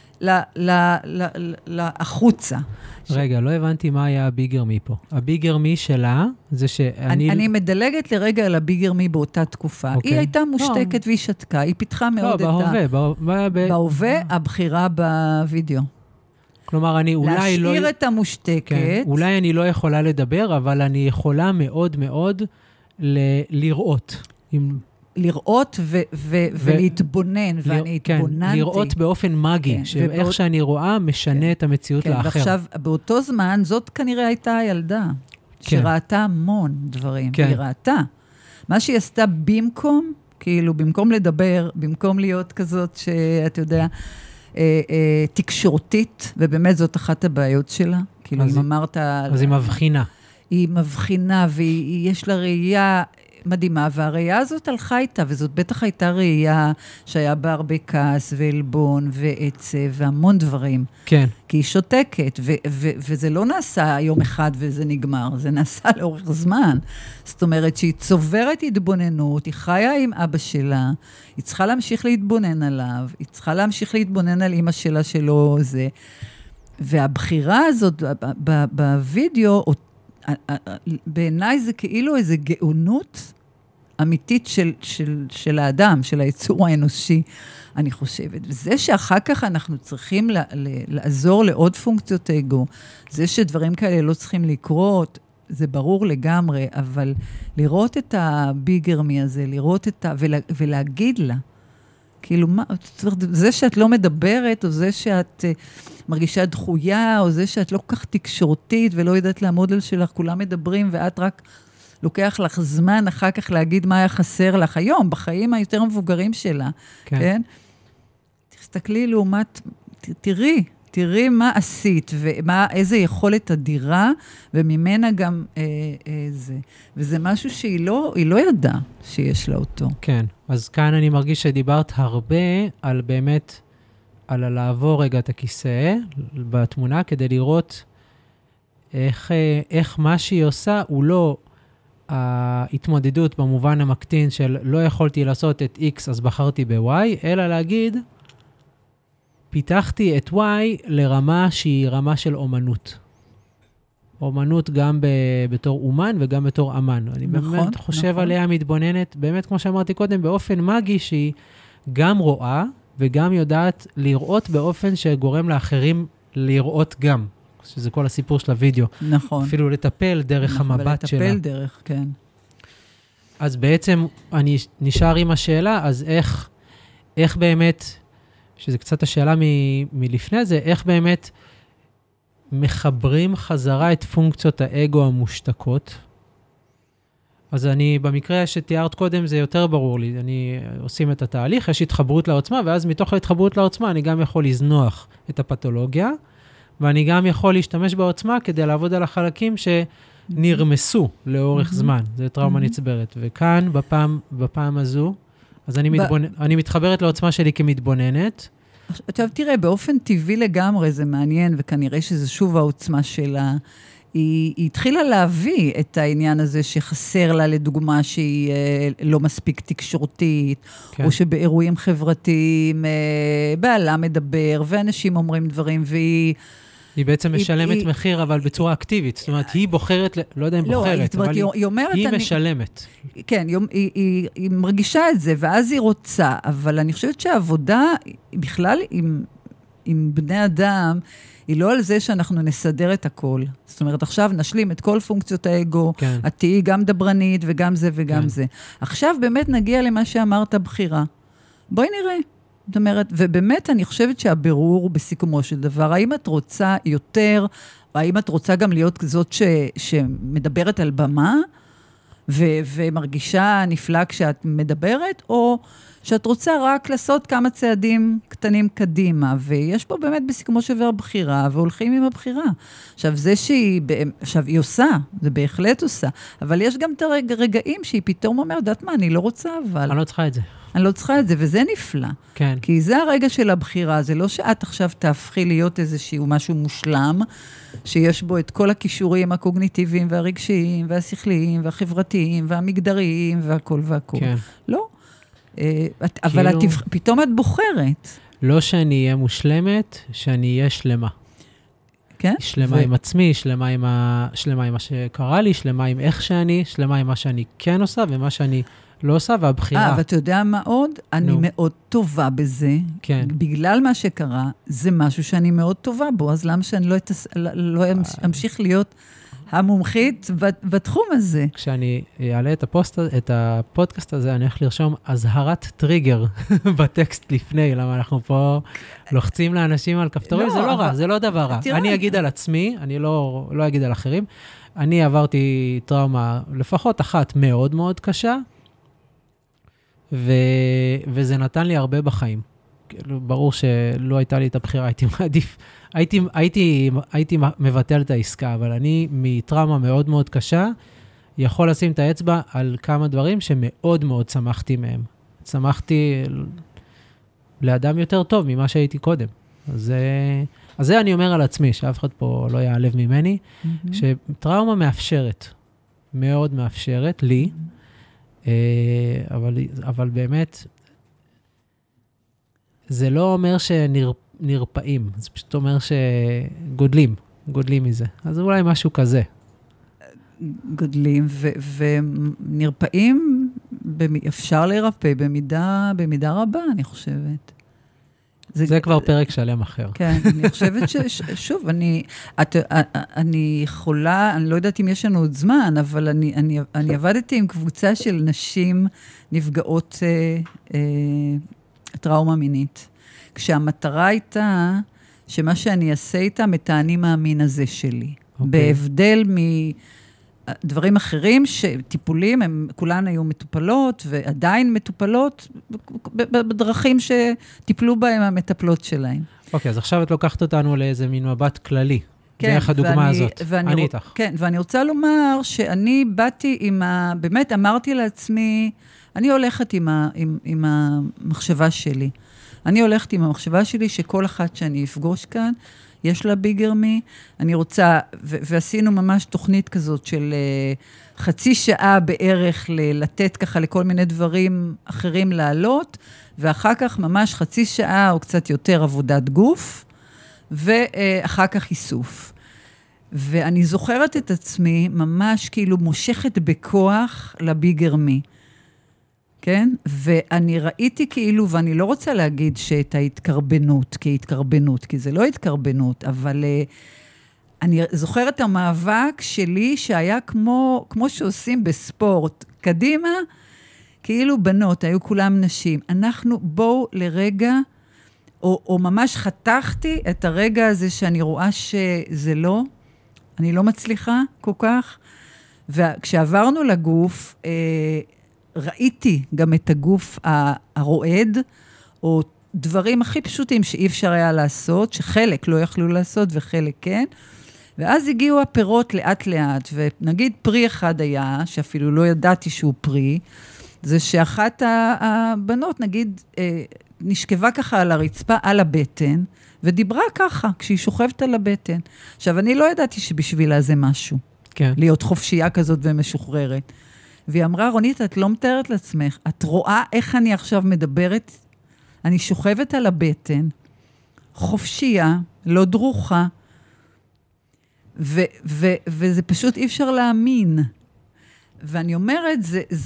החוצה. רגע, לא הבנתי מה היה הביגר מי פה. הביגר מי שלה, זה שאני... אני מדלגת לרגע על הביגר מי באותה תקופה. היא הייתה מושתקת והיא שתקה, היא פיתחה מאוד את ה... בהווה, הבחירה בווידאו. כלומר, אני אולי לא... להשאיר את המושתקת. כן, אולי אני לא יכולה לדבר, אבל אני יכולה מאוד מאוד לראות. לראות ולהתבונן, ואני התבוננתי. כן, לראות באופן מגי, שאיך שאני רואה משנה את המציאות לאחר. ועכשיו, באותו זמן, זאת כנראה הייתה הילדה, שראתה המון דברים, היא ראתה. מה שהיא עשתה במקום, כאילו, במקום לדבר, במקום להיות כזאת שאת יודע, תקשורתית, ובאמת זאת אחת הבעיות שלה. כאילו, אם אמרת... אז היא מבחינה. היא מבחינה, ויש לה ראייה מדהימה, והראייה הזאת הלכה איתה, וזאת בטח הייתה ראייה שהיה בה הרבה כעס ועלבון ועצב והמון דברים. כן. כי היא שותקת, וזה לא נעשה יום אחד וזה נגמר, זה נעשה לאורך זמן. זאת אומרת שהיא צוברת התבוננות, היא חיה עם אבא שלה, היא צריכה להמשיך להתבונן עליו, היא צריכה להמשיך להתבונן על אמא שלה שלו זה. והבחירה הזאת בווידאו, בעיניי זה כאילו איזו גאונות אמיתית של האדם, של היצור האנושי, אני חושבת. וזה שאחר כך אנחנו צריכים לעזור לעוד פונקציות אגו, זה שדברים כאלה לא צריכים לקרות, זה ברור לגמרי, אבל לראות את הביגרמי הזה, לראות את ולהגיד לה, כאילו, זה שאת לא מדברת, או זה שאת מרגישה דחויה, או זה שאת לא כל כך תקשורתית, ולא יודעת לעמוד על שלך, כולם מדברים, ואת רק לוקח לך זמן אחר כך להגיד מה היה חסר לך היום, בחיים היותר מבוגרים שלה, כן? תסתכלי לעומת, תראי מה עשית, ואיזה יכולת אדירה, וממנה גם זה. וזה משהו שהיא לא ידעה שיש לה אותו. כן, אז כאן אני מרגיש שדיברת הרבה על באמת, על לעבור רגע את הכיסא בתמונה, כדי לראות איך מה שהיא עושה, הוא לא ההתמודדות במובן המקטין של לא יכולתי לעשות את X, אז בחרתי ב-Y, אלא להגיד, פיתחתי את Y לרמה שהיא רמה של אומנות. אומנות גם בתור אומן וגם בתור אמן. אני באמת חושב עליה מתבוננת, באמת כמו שאמרתי קודם, באופן מגי שהיא גם רואה וגם יודעת לראות באופן שגורם לאחרים לראות גם. שזה כל הסיפור של הוידאו. נכון. אפילו לטפל דרך המבט שלה. ולטפל דרך, כן. אז בעצם אני נשאר עם השאלה, אז איך באמת... שזה קצת השאלה מלפני זה, איך באמת מחברים חזרה את פונקציות האגו המושתקות. אז אני, במקרה שתיארת קודם, זה יותר ברור לי. אני עושים את התהליך, יש התחברות לעוצמה, ואז מתוך ההתחברות לעוצמה, אני גם יכול לזנוח את הפתולוגיה, ואני גם יכול להשתמש בעוצמה כדי לעבוד על החלקים שנרמסו לאורך זמן. זה טראומה נצברת. וכאן, בפעם הזו, אז אני מתחברת לעוצמה שלי כמתבוננת. עכשיו תראה, באופן טבעי לגמרי זה מעניין, וכנראה שזה שוב העוצמה שלה. היא התחילה להביא את העניין הזה שחסר לה, לדוגמה, שהיא לא מספיק תקשורתית, או שבאירועים חברתיים בעלה מדבר, ואנשים אומרים דברים, והיא היא בעצם משלמת מחיר, אבל בצורה אקטיבית. זאת אומרת, היא בוחרת, לא יודע אם בוחרת, אבל היא משלמת. כן, היא מרגישה את זה, ואז היא רוצה, אבל אני חושבת שהעבודה, בכלל עם בני אדם, היא לא על זה שאנחנו נסדר את הכל. זאת אומרת, עכשיו נשלים את כל פונקציות האגו, את תהיי גם דברנית וגם זה וגם זה. עכשיו באמת נגיע למה שאמרת בחירה. בואי נראה. זאת אומרת, ובאמת אני חושבת שהבירור בסיכומו של דבר, האם את רוצה יותר, או האם את רוצה גם להיות זאת שמדברת על במה, ומרגישה נפלא כשאת מדברת, או שאת רוצה רק לעשות כמה צעדים קטנים קדימה, ויש פה באמת בסיכומו של דבר בחירה, והולכים עם הבחירה. עכשיו, היא עושה, זה בהחלט עושה, אבל יש גם את הרגעים שהיא פתאום אומרת, יודעת מה, אני לא רוצה, אבל... אני לא צריכה את זה. אני לא צריכה את זה, וזה נפלא. כן. כי זה הרגע של הבחירה, זה לא שאת עכשיו תהפכי להיות איזשהו משהו מושלם, שיש בו את כל הכישורים הקוגניטיביים והרגשיים, והשכליים, והחברתיים, והמגדריים, והכל והכל. כן. לא. אבל פתאום את בוחרת. לא שאני אהיה מושלמת, שאני אהיה שלמה. כן? שלמה עם עצמי, שלמה עם מה שקרה לי, שלמה עם איך שאני, שלמה עם מה שאני כן עושה, ומה שאני לא עושה, והבחירה. ואתה יודע מה עוד? אני מאוד טובה בזה. כן. בגלל מה שקרה, זה משהו שאני מאוד טובה בו, אז למה שאני לא אמשיך להיות המומחית בתחום הזה? כשאני אעלה את הפודקאסט הזה, אני הולך לרשום הזהרת טריגר בטקסט לפני, למה אנחנו פה לוחצים לאנשים על כפתורים, זה לא רע, זה לא דבר רע. אני אגיד על עצמי, אני לא אגיד על אחרים, אני עברתי טראומה לפחות אחת מאוד מאוד קשה, וזה נתן לי הרבה בחיים. ברור שלא הייתה לי את הבחירה, הייתי מעדיף, הייתי מבטל את העסקה, אבל אני מטראומה מאוד מאוד קשה, יכול לשים את האצבע על כמה דברים שמאוד מאוד שמחתי מהם. שמחתי לאדם יותר טוב ממה שהייתי קודם. אז זה אני אומר על עצמי, שאף אחד פה לא יעלב ממני, שטראומה מאפשרת, מאוד מאפשרת לי, אבל באמת, זה לא אומר שנרפאים, זה פשוט אומר שגודלים מזה. אז אולי משהו כזה. גודלים ונרפאים, אפשר להירפא במידה רבה, אני חושבת. זה כבר פרק שלם אחר. כן, אני חושבת ששוב, אני יכולה, אני לא יודעת אם יש לנו עוד זמן, אבל אני עבדתי עם קבוצה של נשים נפגעות טראומה מינית. כשהמטרה הייתה שמה שאני אעשה איתה, מתעני מהמין הזה שלי. בהבדל מדברים אחרים, שטיפולים, הם כולן היו מטופלות, ועדיין מטופלות, בדרכים שטיפלו בהם המטפלות שלהם. אוקיי, אז עכשיו את לוקחת אותנו לאיזה מין מבט כללי. דרך הדוגמה הזאת. אני איתך. כן, ואני רוצה לומר שאני באתי באמת אמרתי לעצמי, אני הולכת עם המחשבה שלי. אני הולכת עם המחשבה שלי שכל אחת שאני אפגוש כאן, יש לה ביגר מי. אני רוצה, ועשינו ממש תוכנית כזאת של חצי שעה בערך לתת ככה לכל מיני דברים אחרים לעלות, ואחר כך ממש חצי שעה או קצת יותר עבודת גוף, ואחר כך איסוף. ואני זוכרת את עצמי ממש כאילו מושכת בכוח לביגר מי. כן? ואני ראיתי כאילו, ואני לא רוצה להגיד שאת ההתקרבנות כהתקרבנות, כי זה לא התקרבנות, אבל אני זוכרת המאבק שלי שהיה כמו שעושים בספורט. קדימה, כאילו בנות, היו כולם נשים. אנחנו בואו לרגע, או ממש חתכתי את הרגע הזה שאני רואה שזה לא, אני לא מצליחה כל כך. וכשעברנו לגוף, ראיתי גם את הגוף הרועד, או דברים הכי פשוטים שאי אפשר היה לעשות, שחלק לא יכלו לעשות וחלק כן, ואז הגיעו הפירות לאט לאט, ונגיד פרי אחד היה, שאפילו לא ידעתי שהוא פרי, זה שאחת הבנות, נגיד, נשכבה ככה על הרצפה, על הבטן, ודיברה ככה, כשהיא שוכבת על הבטן. עכשיו, אני לא ידעתי שבשבילה זה משהו, כן. להיות חופשייה כזאת ומשוחררת. והיא אמרה, רונית, את לא מתארת לעצמך, את רואה איך אני עכשיו מדברת, אני שוכבת על הבטן, חופשייה, לא דרוכה, וזה פשוט אי אפשר להאמין. ואני אומרת,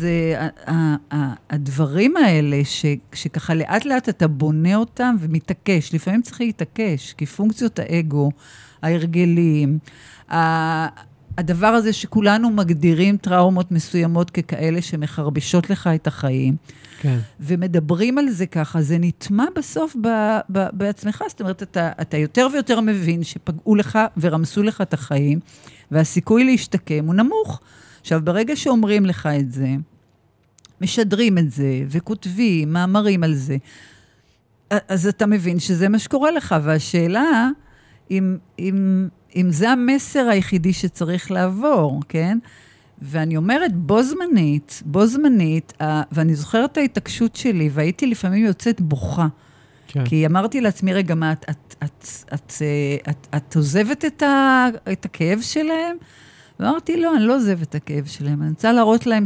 הדברים האלה, שככה לאט לאט אתה בונה אותם ומתעקש, לפעמים צריך להתעקש, כי פונקציות האגו, ההרגלים, הדבר הזה שכולנו מגדירים טראומות מסוימות ככאלה שמחרבשות לך את החיים, כן. ומדברים על זה ככה, זה נטמע בסוף בעצמך, זאת אומרת, אתה יותר ויותר מבין שפגעו לך ורמסו לך את החיים, והסיכוי להשתקם הוא נמוך. עכשיו, ברגע שאומרים לך את זה, משדרים את זה, וכותבים, מאמרים על זה, אז אתה מבין שזה מה שקורה לך, והשאלה, אם זה המסר היחידי שצריך לעבור, כן? ואני אומרת, בו זמנית, ואני זוכרת את ההתעקשות שלי, והייתי לפעמים יוצאת בוכה, כן. כי אמרתי לעצמי, רגע, מה, את עוזבת את הכאב שלהם? ואמרתי, לא, אני לא עוזבת את הכאב שלהם, אני רוצה להראות להם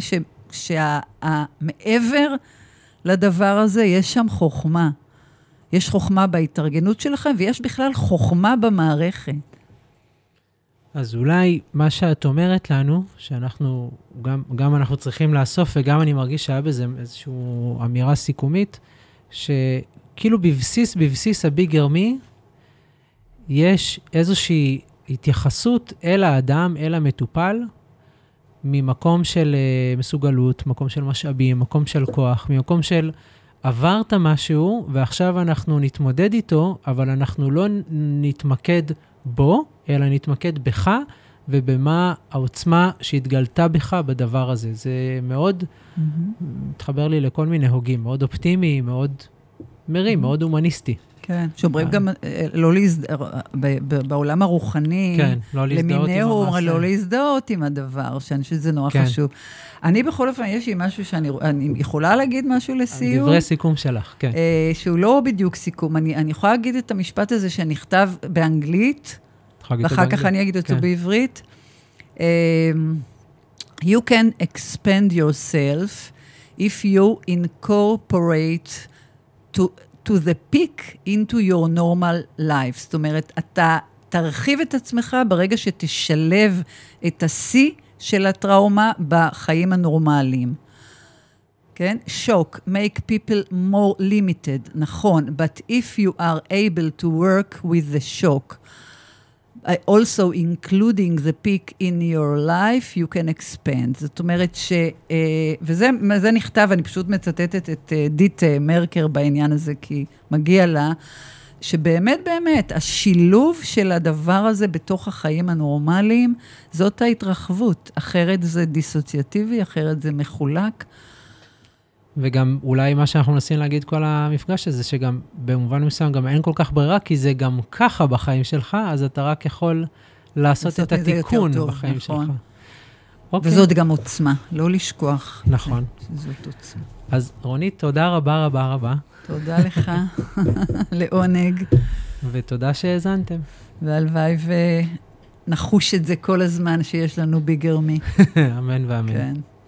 שמעבר לדבר הזה, יש שם חוכמה. יש חוכמה בהתארגנות שלכם, ויש בכלל חוכמה במערכת. אז אולי מה שאת אומרת לנו, שאנחנו, גם אנחנו צריכים לאסוף, וגם אני מרגיש שהיה בזה איזושהי אמירה סיכומית, שכאילו בבסיס הביגר מי, יש איזושהי התייחסות אל האדם, אל המטופל, ממקום של מסוגלות, מקום של משאבים, מקום של כוח, ממקום של עברת משהו, ועכשיו אנחנו נתמודד איתו, אבל אנחנו לא נתמקד בו, אלא נתמקד בך, ובמה העוצמה שהתגלתה בך בדבר הזה. זה מאוד, מתחבר לי לכל מיני הוגים, מאוד אופטימי, מאוד מרים, מאוד הומניסטי. כן, שאומרים גם בעולם הרוחני, כן, לא להזדהות עם המעשה. לא להזדהות עם הדבר, שאני חושבת שזה נורא חשוב. אני בכל אופן, יש לי משהו שאני יכולה להגיד משהו לסיום. דברי סיכום שלך, כן. שהוא לא בדיוק סיכום. אני יכולה להגיד את המשפט הזה שנכתב באנגלית, ואחר כך אני אגיד אותו בעברית. You can expand yourself if you incorporate to the peak into your normal life. זאת אומרת, אתה תרחיב את עצמך ברגע שתשלב את השיא של הטראומה בחיים הנורמליים. כן? shock, make people more limited, נכון, but if you are able to work with the shock, also including the peak in your life, you can expand. זאת אומרת וזה נכתב, אני פשוט מצטטת את דית מרקר בעניין הזה, כי מגיע לה, שבאמת, השילוב של הדבר הזה בתוך החיים הנורמליים, זאת ההתרחבות. אחרת זה דיסוציאטיבי, אחרת זה מחולק. וגם אולי מה שאנחנו מנסים להגיד כל המפגש הזה, שגם במובן מסוים גם אין כל כך ברירה, כי זה גם ככה בחיים שלך, אז אתה רק יכול לעשות את התיקון בחיים שלך. וזאת גם עוצמה, לא לשכוח. נכון. זאת עוצמה. אז רונית, תודה רבה רבה רבה. תודה לך, לעונג. ותודה שהאזנתם. והלוואי ונחוש את זה כל הזמן שיש לנו ביגר מי. אמן ואמן. כן.